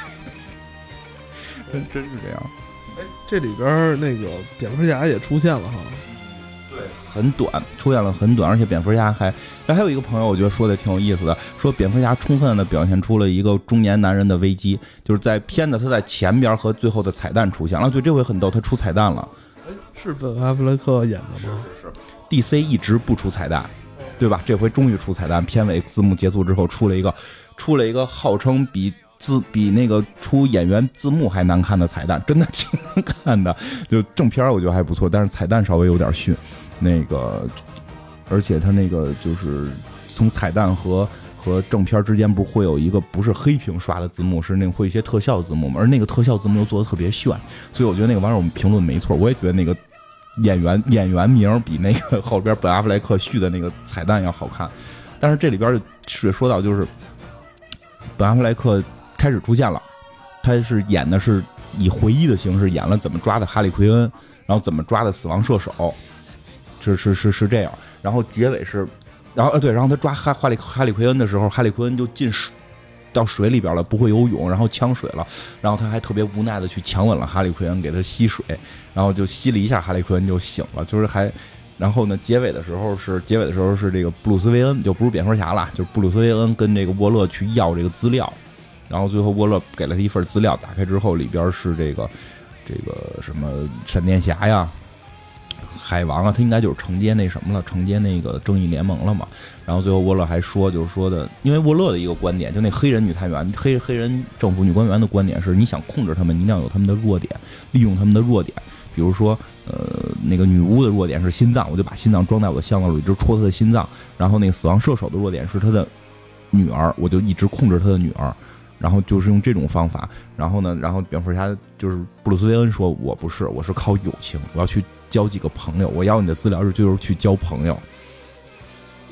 C: 真真是这样。
B: 哎，这里边那个蝙蝠侠也出现了哈。
C: 很短，出现了很短，而且蝙蝠侠还，还有一个朋友，我觉得说的挺有意思的，说蝙蝠侠充分的表现出了一个中年男人的危机，就是在片子他在前边和最后的彩蛋出现了，对，这回很逗，他出彩蛋了，
B: 是本阿弗莱克演的吗？
C: 是是是 ，D C 一直不出彩蛋，对吧？这回终于出彩蛋，片尾字幕结束之后出了一个，出了一个号称比。字比那个出演员字幕还难看的彩蛋，真的挺难看的。就正片我觉得还不错，但是彩蛋稍微有点逊。那个，而且他那个就是从彩蛋和和正片之间不是会有一个不是黑屏刷的字幕，是那个会一些特效字幕嘛？而那个特效字幕又做的特别炫，所以我觉得那个网友们评论没错，我也觉得那个演员演员名比那个后边本阿弗莱克续的那个彩蛋要好看。但是这里边是说到就是本阿弗莱克。开始出现了，他是演的是以回忆的形式演了怎么抓的哈利奎恩，然后怎么抓的死亡射手，是是是是这样。然后结尾是，然后呃对，然后他抓哈哈利哈利奎恩的时候，哈利奎恩就进水到水里边了，不会游泳，然后呛水了，然后他还特别无奈的去强吻了哈利奎恩，给他吸水，然后就吸了一下，哈利奎恩就醒了，就是还。然后呢，结尾的时候是结尾的时候是这个布鲁斯韦恩，就不是蝙蝠侠了，就是布鲁斯韦恩跟这个沃勒去要这个资料。然后最后沃勒给了他一份资料，打开之后里边是这个这个什么闪电侠呀、海王啊，他应该就是承接那什么了，承接那个正义联盟了嘛。然后最后沃勒还说，就是说的，因为沃勒的一个观点，就那黑人女探员、黑黑人政府女官员的观点是，你想控制他们，你一定要有他们的弱点，利用他们的弱点。比如说，呃，那个女巫的弱点是心脏，我就把心脏装在我的香膏里，一直戳她的心脏。然后那个死亡射手的弱点是他的女儿，我就一直控制他的女儿。然后就是用这种方法，然后呢，然后蝙蝠侠就是布鲁斯韦恩说，我不是，我是靠友情，我要去交几个朋友，我要你的资料是就是去交朋友。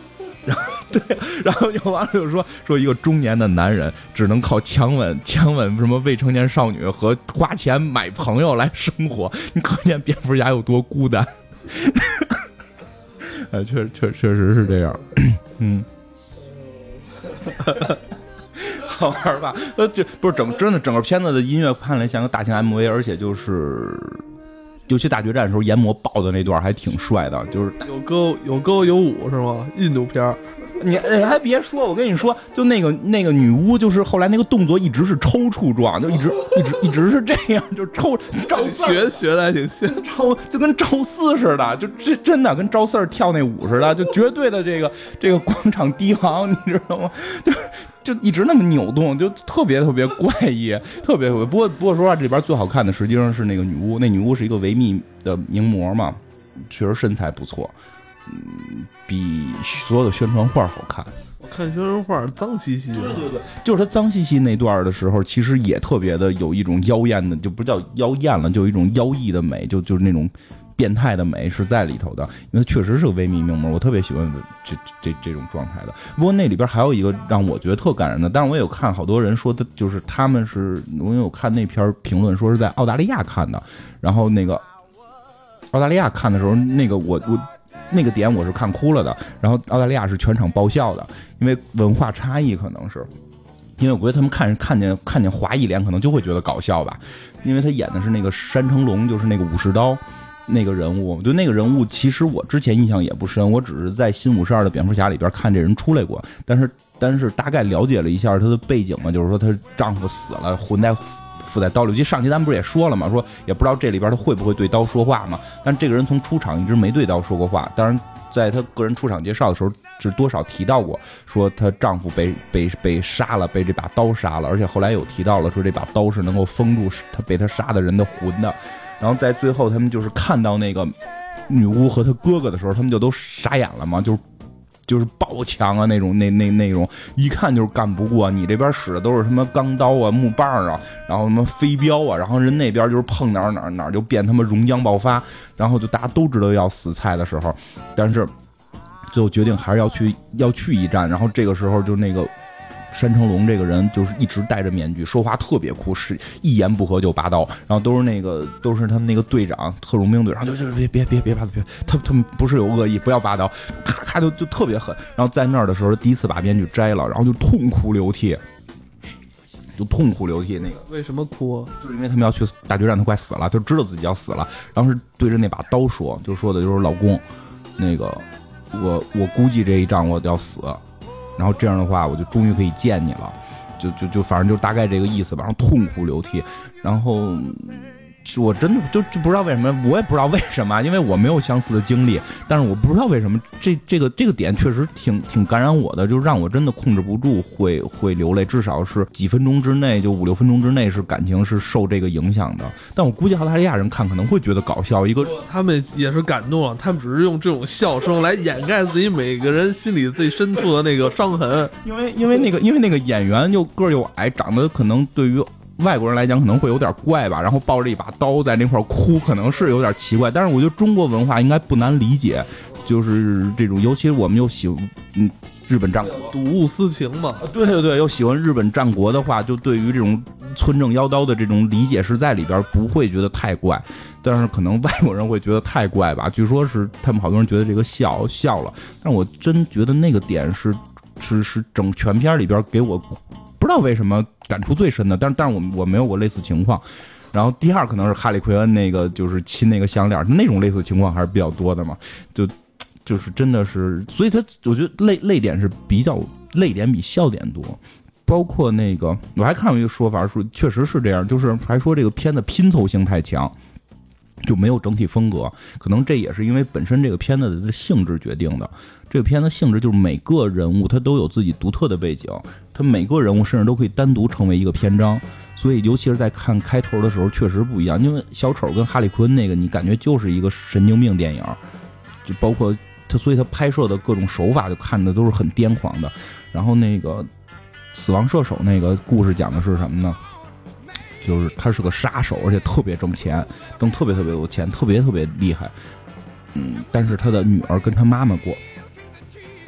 C: 然后对，然后又完了就说说一个中年的男人只能靠强吻强吻什么未成年少女和花钱买朋友来生活，你可见蝙蝠侠有多孤单。呃，确确确实是这样，嗯，好玩吧？呃，这不是整真的整个片子的音乐看来像个大型 M V， 而且就是尤其大决战的时候，研磨爆的那段还挺帅的，就是
B: 有歌有歌有舞是吗？印度片儿。
C: 你你还别说，我跟你说，就那个那个女巫，就是后来那个动作一直是抽搐状，就一直一直一直是这样，就抽赵四
B: 学学的还挺像，
C: 抽就跟赵四似的，就这真的跟赵四跳那舞似的，就绝对的这个这个广场帝王，你知道吗？就就一直那么扭动，就特别特别怪异，特别特别。不过不过说实话，这里边最好看的实际上是那个女巫，那女巫是一个维密的名模嘛，确实身材不错。嗯，比所有的宣传画好看。
B: 我看宣传画脏兮兮的，
C: 对对对，就是他脏兮兮那段的时候，其实也特别的有一种妖艳的，就不叫妖艳了，就有一种妖异的美，就就是那种变态的美是在里头的。因为它确实是个维密名模，我特别喜欢这这这种状态的。不过那里边还有一个让我觉得特感人的，但是我也有看好多人说的，就是他们是我有看那篇评论说是在澳大利亚看的，然后那个澳大利亚看的时候，那个我我。那个点我是看哭了的，然后澳大利亚是全场爆笑的，因为文化差异可能是，因为我觉得他们看看见看见华裔脸可能就会觉得搞笑吧，因为他演的是那个山成龙，就是那个武士刀那个人物，就那个人物其实我之前印象也不深，我只是在新五十二的蝙蝠侠里边看这人出来过，但是但是大概了解了一下他的背景嘛，就是说她丈夫死了，混在附在刀里，就上期咱们不是也说了嘛，说也不知道这里边他会不会对刀说话嘛，但这个人从出场一直没对刀说过话，当然在他个人出场介绍的时候是多少提到过，说她丈夫被被被杀了，被这把刀杀了，而且后来有提到了说这把刀是能够封住他被他杀的人的魂的，然后在最后他们就是看到那个女巫和他哥哥的时候，他们就都傻眼了嘛，就是就是爆强啊那种那那那种一看就是干不过，你这边使的都是什么钢刀啊木棒啊，然后什么飞镖啊，然后人那边就是碰哪儿哪儿哪儿就变他妈熔浆爆发，然后就大家都知道要死菜的时候，但是最后决定还是要去要去一战，然后这个时候就那个山成龙这个人就是一直戴着面具，说话特别酷，是一言不合就拔刀，然后都是那个都是他们那个队长特种兵队长，就就别别别别拔刀，别他他们不是有恶意，不要拔刀，咔咔就就特别狠。然后在那儿的时候，第一次把面具摘了，然后就痛哭流涕，就痛哭流涕。那个
B: 为什么哭？
C: 就是因为他们要去大决战，他快死了，就知道自己要死了，然后是对着那把刀说，就说的就是老公，那个我我估计这一仗我要死。然后这样的话，我就终于可以见你了，就就就反正就大概这个意思吧。然后痛哭流涕，然后我真的就就不知道为什么，我也不知道为什么，因为我没有相似的经历，但是我不知道为什么这这个这个点确实挺挺感染我的，就让我真的控制不住会会流泪，至少是几分钟之内，就五六分钟之内是感情是受这个影响的。但我估计澳大利亚人看可能会觉得搞笑，一个
B: 他们也是感动了，他们只是用这种笑声来掩盖自己每个人心里最深处的那个伤痕，
C: 因为因为那个因为那个演员又个又矮，长得可能对于外国人来讲可能会有点怪吧，然后抱着一把刀在那块哭，可能是有点奇怪。但是我觉得中国文化应该不难理解，就是这种，尤其我们又喜欢嗯日本战国，
B: 睹物思情嘛。
C: 对对对，又喜欢日本战国的话，就对于这种村正妖刀的这种理解是在里边不会觉得太怪，但是可能外国人会觉得太怪吧。据说是他们好多人觉得这个笑笑了，但我真觉得那个点是是是整全片里边给我。不知道为什么感触最深的，但是但是我我没有过类似情况。然后第二可能是哈利奎恩那个就是亲那个项链，那种类似情况还是比较多的嘛，就就是真的是，所以他我觉得泪泪点是比较泪点比笑点多。包括那个我还看过一个说法，说确实是这样，就是还说这个片子拼凑性太强，就没有整体风格，可能这也是因为本身这个片子的性质决定的。这个片子性质就是每个人物他都有自己独特的背景，他每个人物甚至都可以单独成为一个篇章，所以尤其是在看开头的时候确实不一样，因为小丑跟哈利奎恩那个你感觉就是一个神经病电影，就包括他，所以他拍摄的各种手法就看的都是很癫狂的。然后那个死亡射手那个故事讲的是什么呢？就是他是个杀手，而且特别挣钱，挣特别特别多钱，特别特别厉害。嗯，但是他的女儿跟他妈妈过，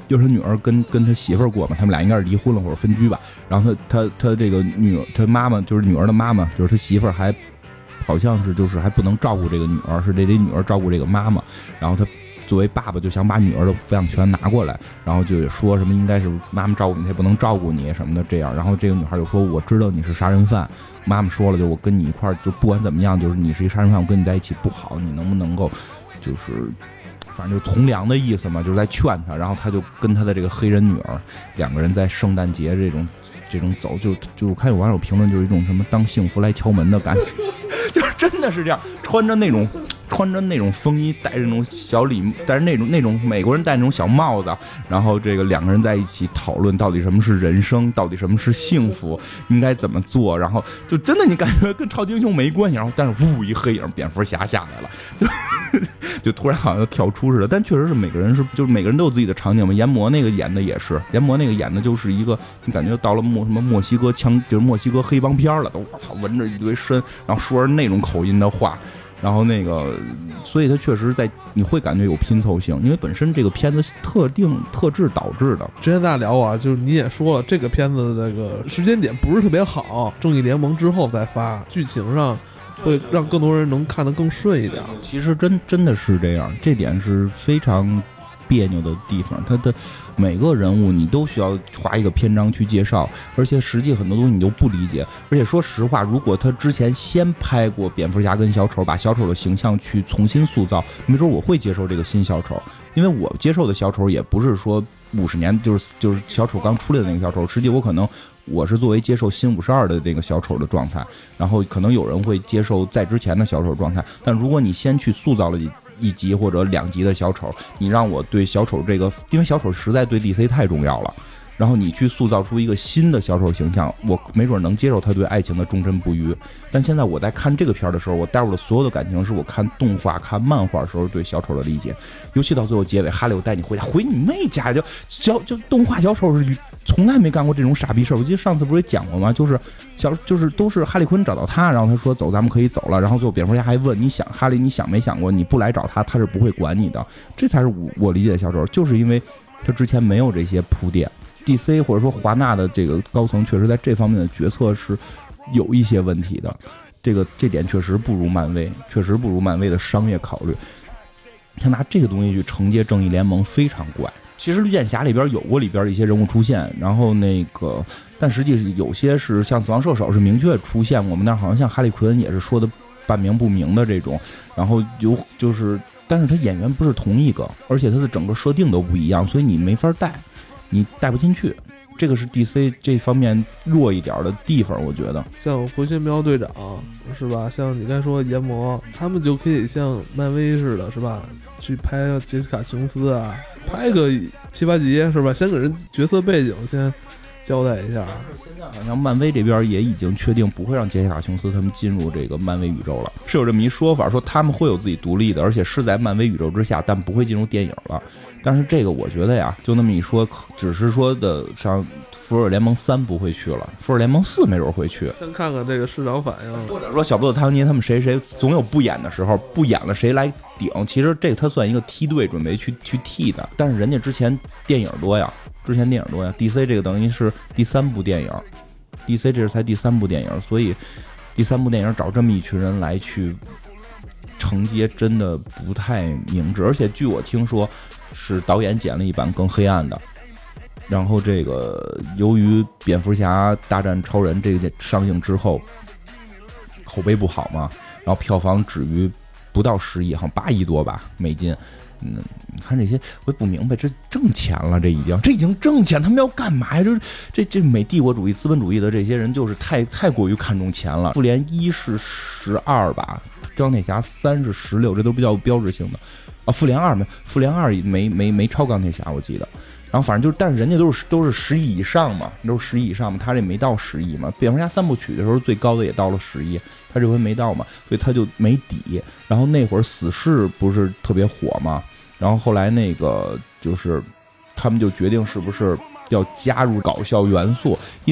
C: 就是他女儿跟跟他媳妇儿过嘛，他们俩应该是离婚了或者分居吧。然后他他他这个女儿，他妈妈就是女儿的妈妈，就是他媳妇儿还好像是就是还不能照顾这个女儿，是得得女儿照顾这个妈妈。然后他作为爸爸就想把女儿的抚养权拿过来，然后就说什么应该是妈妈照顾你，他不能照顾你什么的这样。然后这个女孩就说我知道你是杀人犯，妈妈说了，就我跟你一块儿，就不管怎么样，就是你是一杀人犯，我跟你在一起不好，你能不能够就是反正就是从良的意思嘛，就是在劝他。然后他就跟他的这个黑人女儿两个人在圣诞节这种这种走，就就我看有网友评论，就是一种什么当幸福来敲门的感觉，就是真的是这样，穿着那种穿着那种风衣，戴着那种小礼，戴着那种那种美国人戴那种小帽子，然后这个两个人在一起讨论到底什么是人生，到底什么是幸福，应该怎么做，然后就真的你感觉跟超级英雄没关系，然后但是呜一黑影蝙蝠侠下来了，就就突然好像跳出似的。但确实是每个人是就是每个人都有自己的场景嘛。研磨那个演的也是，研磨那个演的就是一个你感觉到了墨什么墨西哥枪就是墨西哥黑帮片了，都我操闻着一堆参，然后说着那种口音的话。然后那个，所以它确实在你会感觉有拼凑性，因为本身这个片子特定特质导致的。
B: 之前大家聊啊，就是你也说了，这个片子的这个时间点不是特别好，正义联盟之后再发，剧情上会让更多人能看得更顺一点。
C: 其实真真的是这样，这点是非常别扭的地方。它的每个人物你都需要花一个篇章去介绍，而且实际很多东西你都不理解。而且说实话，如果他之前先拍过蝙蝠侠跟小丑，把小丑的形象去重新塑造，没准我会接受这个新小丑。因为我接受的小丑也不是说五十年就是就是小丑刚出来的那个小丑，实际我可能我是作为接受新五十二的这个小丑的状态，然后可能有人会接受在之前的小丑状态。但如果你先去塑造了一集或者两集的小丑，你让我对小丑这个，因为小丑实在对 D C 太重要了，然后你去塑造出一个新的小丑形象，我没准能接受他对爱情的忠贞不渝。但现在我在看这个片的时候，我带入的所有的感情是我看动画看漫画的时候对小丑的理解，尤其到最后结尾哈利我带你回家，回你妹家，就小就动画小丑是从来没干过这种傻逼事儿。我记得上次不是也讲过吗？就是小就是都是哈利昆找到他，然后他说走咱们可以走了，然后最后蝙蝠侠还问你想哈利你想没想过你不来找他他是不会管你的。这才是我我理解的小丑，就是因为他之前没有这些铺垫。D C 或者说华纳的这个高层确实在这方面的决策是有一些问题的，这个这点确实不如漫威，确实不如漫威的商业考虑。他拿这个东西去承接正义联盟非常怪。其实绿箭侠里边有过里边一些人物出现，然后那个但实际有些是像死亡射手是明确出现过，我们那好像像哈利昆也是说的半明不明的这种，然后有就是但是他演员不是同一个，而且他的整个设定都不一样，所以你没法带，你带不进去。这个是 D C 这方面弱一点的地方，我觉得。
B: 像回旋镖队长是吧？像你刚才说研磨，他们就可以像漫威似的，是吧？去拍杰西卡琼斯啊，拍个七八集是吧？先给人角色背景先交代一下。
C: 现在好像漫威这边也已经确定不会让杰西卡琼斯他们进入这个漫威宇宙了，是有这么一说法，说他们会有自己独立的，而且是在漫威宇宙之下，但不会进入电影了。但是这个我觉得呀，就那么一说，只是说的像复仇者联盟三不会去了，复仇者联盟四没准会去。
B: 先看看这个市场反应，
C: 或者说小布特唐尼他们谁谁总有不演的时候，不演了谁来顶。其实这个他算一个梯队，准备去去替的。但是人家之前电影多呀，之前电影多呀 ，D C 这个等于是第三部电影 ，D C 这是才第三部电影，所以第三部电影找这么一群人来去承接，真的不太明智。而且据我听说，是导演剪了一版更黑暗的。然后这个由于蝙蝠侠大战超人这个上映之后口碑不好嘛，然后票房止于不到十亿，好像八亿多吧美金。嗯，你看这些我也不明白，这挣钱了，这已经这已经挣钱，他们要干嘛呀？这这这美帝国主义资本主义的这些人就是太太过于看重钱了。复联一是十二吧，钢铁侠三是十六，这都比较标志性的啊。复联二没复联二没没没超钢铁侠，我记得。然后反正就是，但是人家都是都是十亿以上嘛，都是十亿以上嘛，他这没到十亿嘛。蝙蝠侠三部曲的时候最高的也到了十亿，他这回没到嘛，所以他就没底。然后那会儿死侍不是特别火嘛，然后后来那个就是他们就决定是不是要加入搞笑元素，因为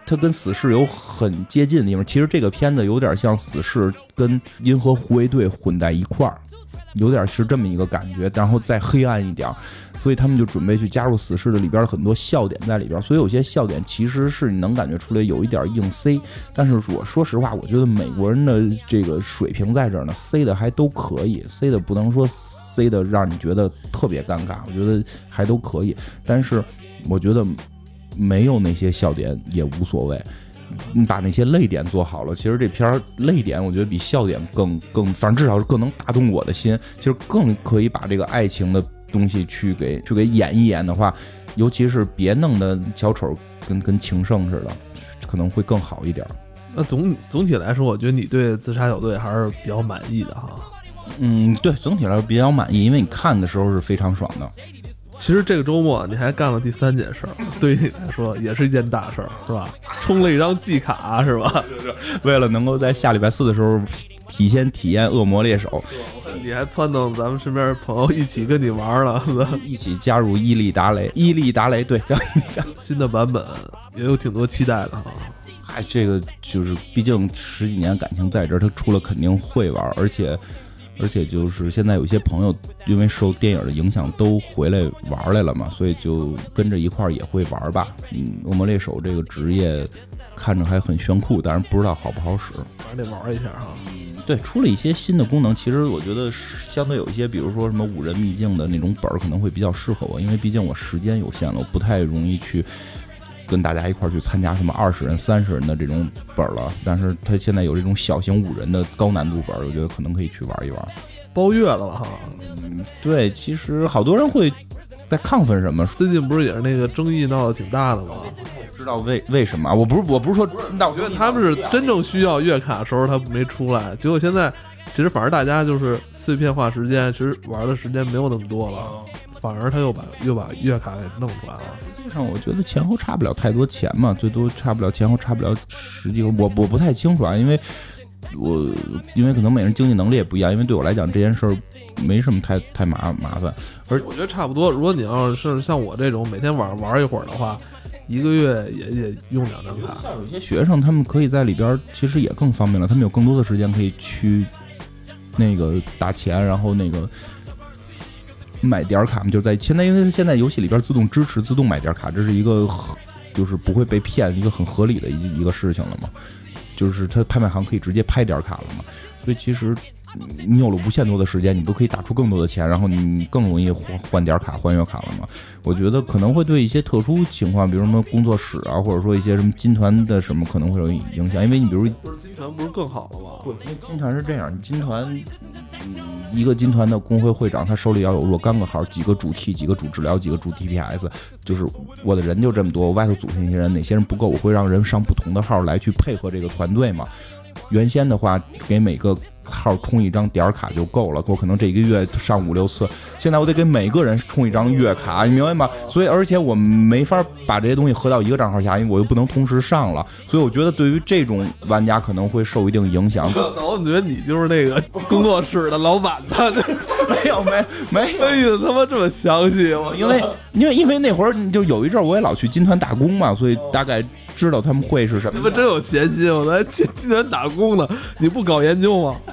C: 它跟死侍有很接近的地方。其实这个片子有点像死侍跟银河护卫队混在一块儿，有点是这么一个感觉，然后再黑暗一点，所以他们就准备去加入死侍的里边很多笑点在里边，所以有些笑点其实是你能感觉出来有一点硬塞，但是我说实话，我觉得美国人的这个水平在这儿呢，塞的还都可以，塞的不能说塞的让你觉得特别尴尬，我觉得还都可以，但是我觉得没有那些笑点也无所谓。你把那些泪点做好了，其实这片儿泪点我觉得比笑点更更，反正至少是更能打动我的心。其实更可以把这个爱情的东西去给去给演一演的话，尤其是别弄的小丑跟跟情圣似的，可能会更好一点。
B: 那总总体来说，我觉得你对自杀小队还是比较满意的哈。
C: 嗯，对，总体来说比较满意，因为你看的时候是非常爽的。
B: 其实这个周末你还干了第三件事儿，对于你来说也是一件大事儿，是吧？充了一张季卡，是吧？
C: 为了能够在下礼拜四的时候体先体验恶魔猎手，
B: 你还撺掇咱们身边朋友一起跟你玩了，
C: 一起加入伊利达雷，伊利达雷，对，叫伊利达雷。
B: 新的版本也有挺多期待的哈。
C: 嗨，这个就是毕竟十几年感情在这儿，他出了肯定会玩，而且。而且就是现在有些朋友因为受电影的影响都回来玩来了嘛，所以就跟着一块儿也会玩吧。嗯，恶魔猎手这个职业看着还很炫酷，但是不知道好不好使，
B: 还得玩一下哈。
C: 嗯，对，出了一些新的功能，其实我觉得相对有一些，比如说什么五人秘境的那种本儿可能会比较适合我，因为毕竟我时间有限了，我不太容易去跟大家一块儿去参加什么二十人、三十人的这种本了，但是他现在有这种小型五人的高难度本，我觉得可能可以去玩一玩。
B: 包月了哈，
C: 嗯，对，其实好多人会在亢奋什么，
B: 最近不是也是那个争议闹得挺大的吗？
C: 不知道为为什么？我不是我不是说，
B: 我觉得他们是真正需要月卡的时候他没出来，结果现在其实反而大家就是碎片化时间，其实玩的时间没有那么多了。反而他又把又把月卡给弄出来了。
C: 实际上，我觉得前后差不了太多钱嘛，最多差不了前后差不了十几个，我我不太清楚啊，因为我因为可能每人经济能力也不一样，因为对我来讲这件事儿没什么太太麻麻烦，而
B: 我觉得差不多。如果你要是像我这种每天晚上玩一会儿的话，一个月也也用两张卡。
C: 像有些学生他们可以在里边，其实也更方便了，他们有更多的时间可以去那个打钱，然后那个。买点卡嘛，就在现在，因为现在游戏里边自动支持自动买点卡，这是一个就是不会被骗，一个很合理的一一个事情了嘛。就是它拍卖行可以直接拍点卡了嘛，所以其实你有了无限多的时间，你都可以打出更多的钱，然后你更容易换换点卡、换月卡了嘛。我觉得可能会对一些特殊情况，比如什么工作室啊，或者说一些什么金团的什么，可能会有影响。因为你比如
B: 不是金团不是更好了吗？
C: 不，因为金团是这样，你金团。一个金团的工会会长，他手里要有若干个号，几个主 T， 几个主治疗，几个主 D P S， 就是我的人就这么多，我外头组成一些人，哪些人不够，我会让人上不同的号来去配合这个团队嘛。原先的话，给每个号充一张点卡就够了，我可能这一个月上五六次，现在我得给每个人充一张月卡，你明白吗？所以而且我没法把这些东西合到一个账号下，因为我又不能同时上了，所以我觉得对于这种玩家可能会受一定影响。
B: 我怎么觉得你就是那个工作室的老板呢？
C: 没有没没有，
B: 哎呀，他妈这么详细，我
C: 因为因为因为那会儿就有一阵我也老去金团打工嘛，所以大概知道他们会是什么。
B: 他妈真有闲心，我还去金团打工呢，你不搞研究吗？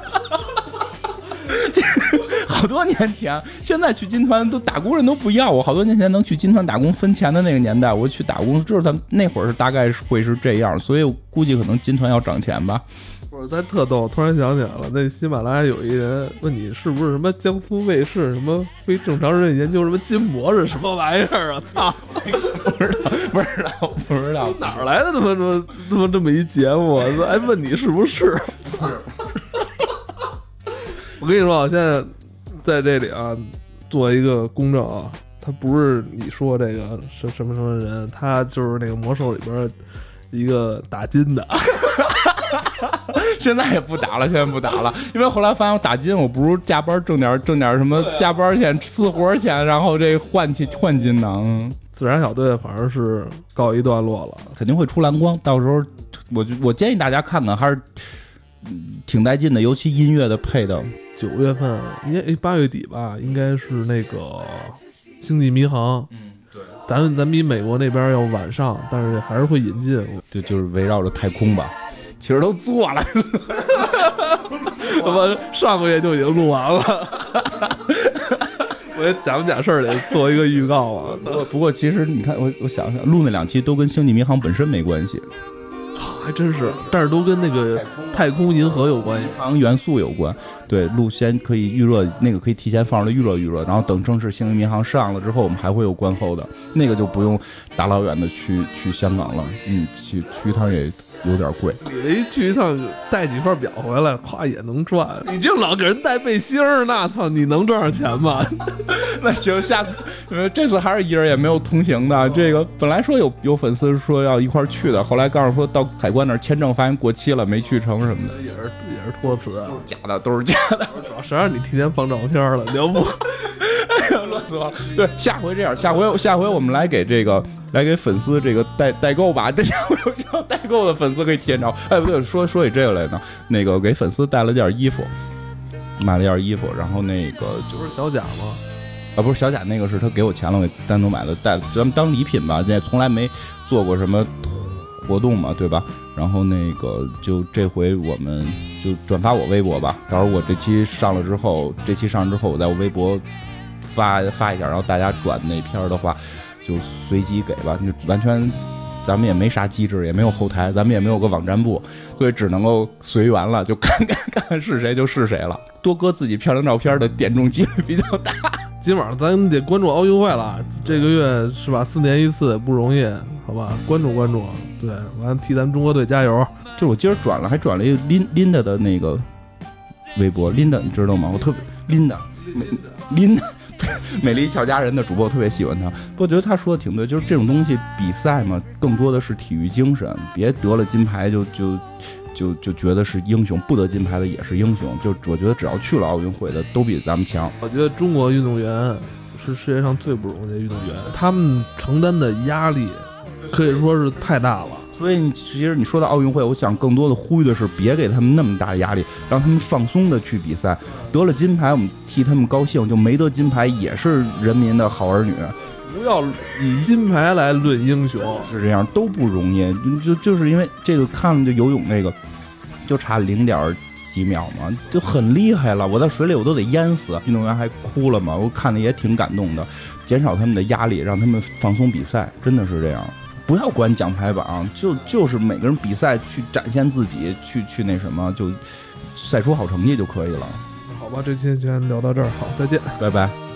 C: 好多年前，现在去金团都打工人都不要我。好多年前能去金团打工分钱的那个年代，我去打工知道他们那会儿是大概会是这样，所以我估计可能金团要涨钱吧。
B: 我在特逗，突然想起来了，那喜马拉雅有一人问你是不是什么江苏卫视什么非正常人研究什么金博士什么玩意儿啊？操，
C: 不知道不知道不知道
B: 哪儿来的这么这么这么这么一节目？还问你是不是？我跟你说，我现在在这里啊，做一个公证啊，他不是你说这个什什么什么人，他就是那个魔兽里边一个打金的。
C: 现在也不打了，现在不打了，因为后来发现我打金，我不如加班挣点挣点什么加班钱、私活钱，然后这换钱换金呢。嗯，
B: 自然小队反正是告一段落了，
C: 肯定会出蓝光，到时候我我建议大家看看，还是挺带劲的，尤其音乐的配的。
B: 九月份应该八月底吧，应该是那个星际迷航。
C: 嗯，对。
B: 咱咱比美国那边要晚上，但是还是会引进，
C: 就就是围绕着太空吧。其实都做了，
B: 他妈上个月就已经录完了。我也讲不讲事儿得做一个预告啊。
C: 不过不过其实你看，我我想想，录那两期都跟星际迷航本身没关系。
B: 还真是，但是都跟那个太空银河有关系，
C: 太阳元素有关。对，路先可以预热，那个可以提前放出来预热预热，然后等正式星际迷航上了之后，我们还会有观后的，那个就不用大老远的去去香港了。嗯，去去一趟也有点贵。
B: 你这去一趟带几块表回来，咵也能赚。你就老给人带背心儿，那操，你能赚上钱吗？
C: 那行，下次呃这次还是一人也没有同行的。这个本来说有有粉丝说要一块去的，后来告诉说到海关那儿签证发现过期了，没去成什么的，
B: 也是也是托词，
C: 都是假的，都是假的。
B: 主要谁让你提前放照片了，你要不，
C: 哎呀，乱死了。对，下回这样，下回下回我们来给这个来给粉丝这个代代购吧。这下回有需要代购的粉丝可以提前找。哎，不对，说说起这个来呢，那个给粉丝带了件衣服，买了件衣服，然后那个
B: 就是小贾吗？
C: 啊，不是小贾，那个是他给我钱了，我给单独买的，带咱们当礼品吧。这从来没做过什么活动嘛，对吧？然后那个就这回我们就转发我微博吧，到时候我这期上了之后，这期上之后我在我微博发发一下，然后大家转那篇的话就随机给吧，就完全咱们也没啥机制，也没有后台，咱们也没有个网站部，所以只能够随缘了，就看看看看是谁就是谁了。多搁自己漂亮照片的点中几率比较大。
B: 今晚上咱得关注奥运会了，这个月是吧？四年一次不容易，好吧？关注关注，对，完了替咱们中国队加油。
C: 就是我今儿转了，还转了一个琳琳达的那个微博，琳达你知道吗？我特别琳达，琳达。美丽俏佳人的主播，我特别喜欢他。我觉得他说的挺对，就是这种东西比赛嘛，更多的是体育精神，别得了金牌就就就就觉得是英雄，不得金牌的也是英雄。就我觉得只要去了奥运会的都比咱们强。
B: 我觉得中国运动员是世界上最不容易的运动员，他们承担的压力可以说是太大了。
C: 所以其实你说到奥运会，我想更多的呼吁的是，别给他们那么大压力，让他们放松的去比赛。得了金牌，我们替他们高兴；就没得金牌，也是人民的好儿女。
B: 不要以金牌来论英雄，
C: 是这样，都不容易。就就是因为这个看了就游泳那个，就差零点几秒嘛，就很厉害了。我在水里我都得淹死，运动员还哭了嘛，我看的也挺感动的。减少他们的压力，让他们放松比赛，真的是这样。不要管奖牌榜，就就是每个人比赛去展现自己，去去那什么，就赛出好成绩就可以了。
B: 好吧，这期先聊到这儿，好，再见，
C: 拜拜。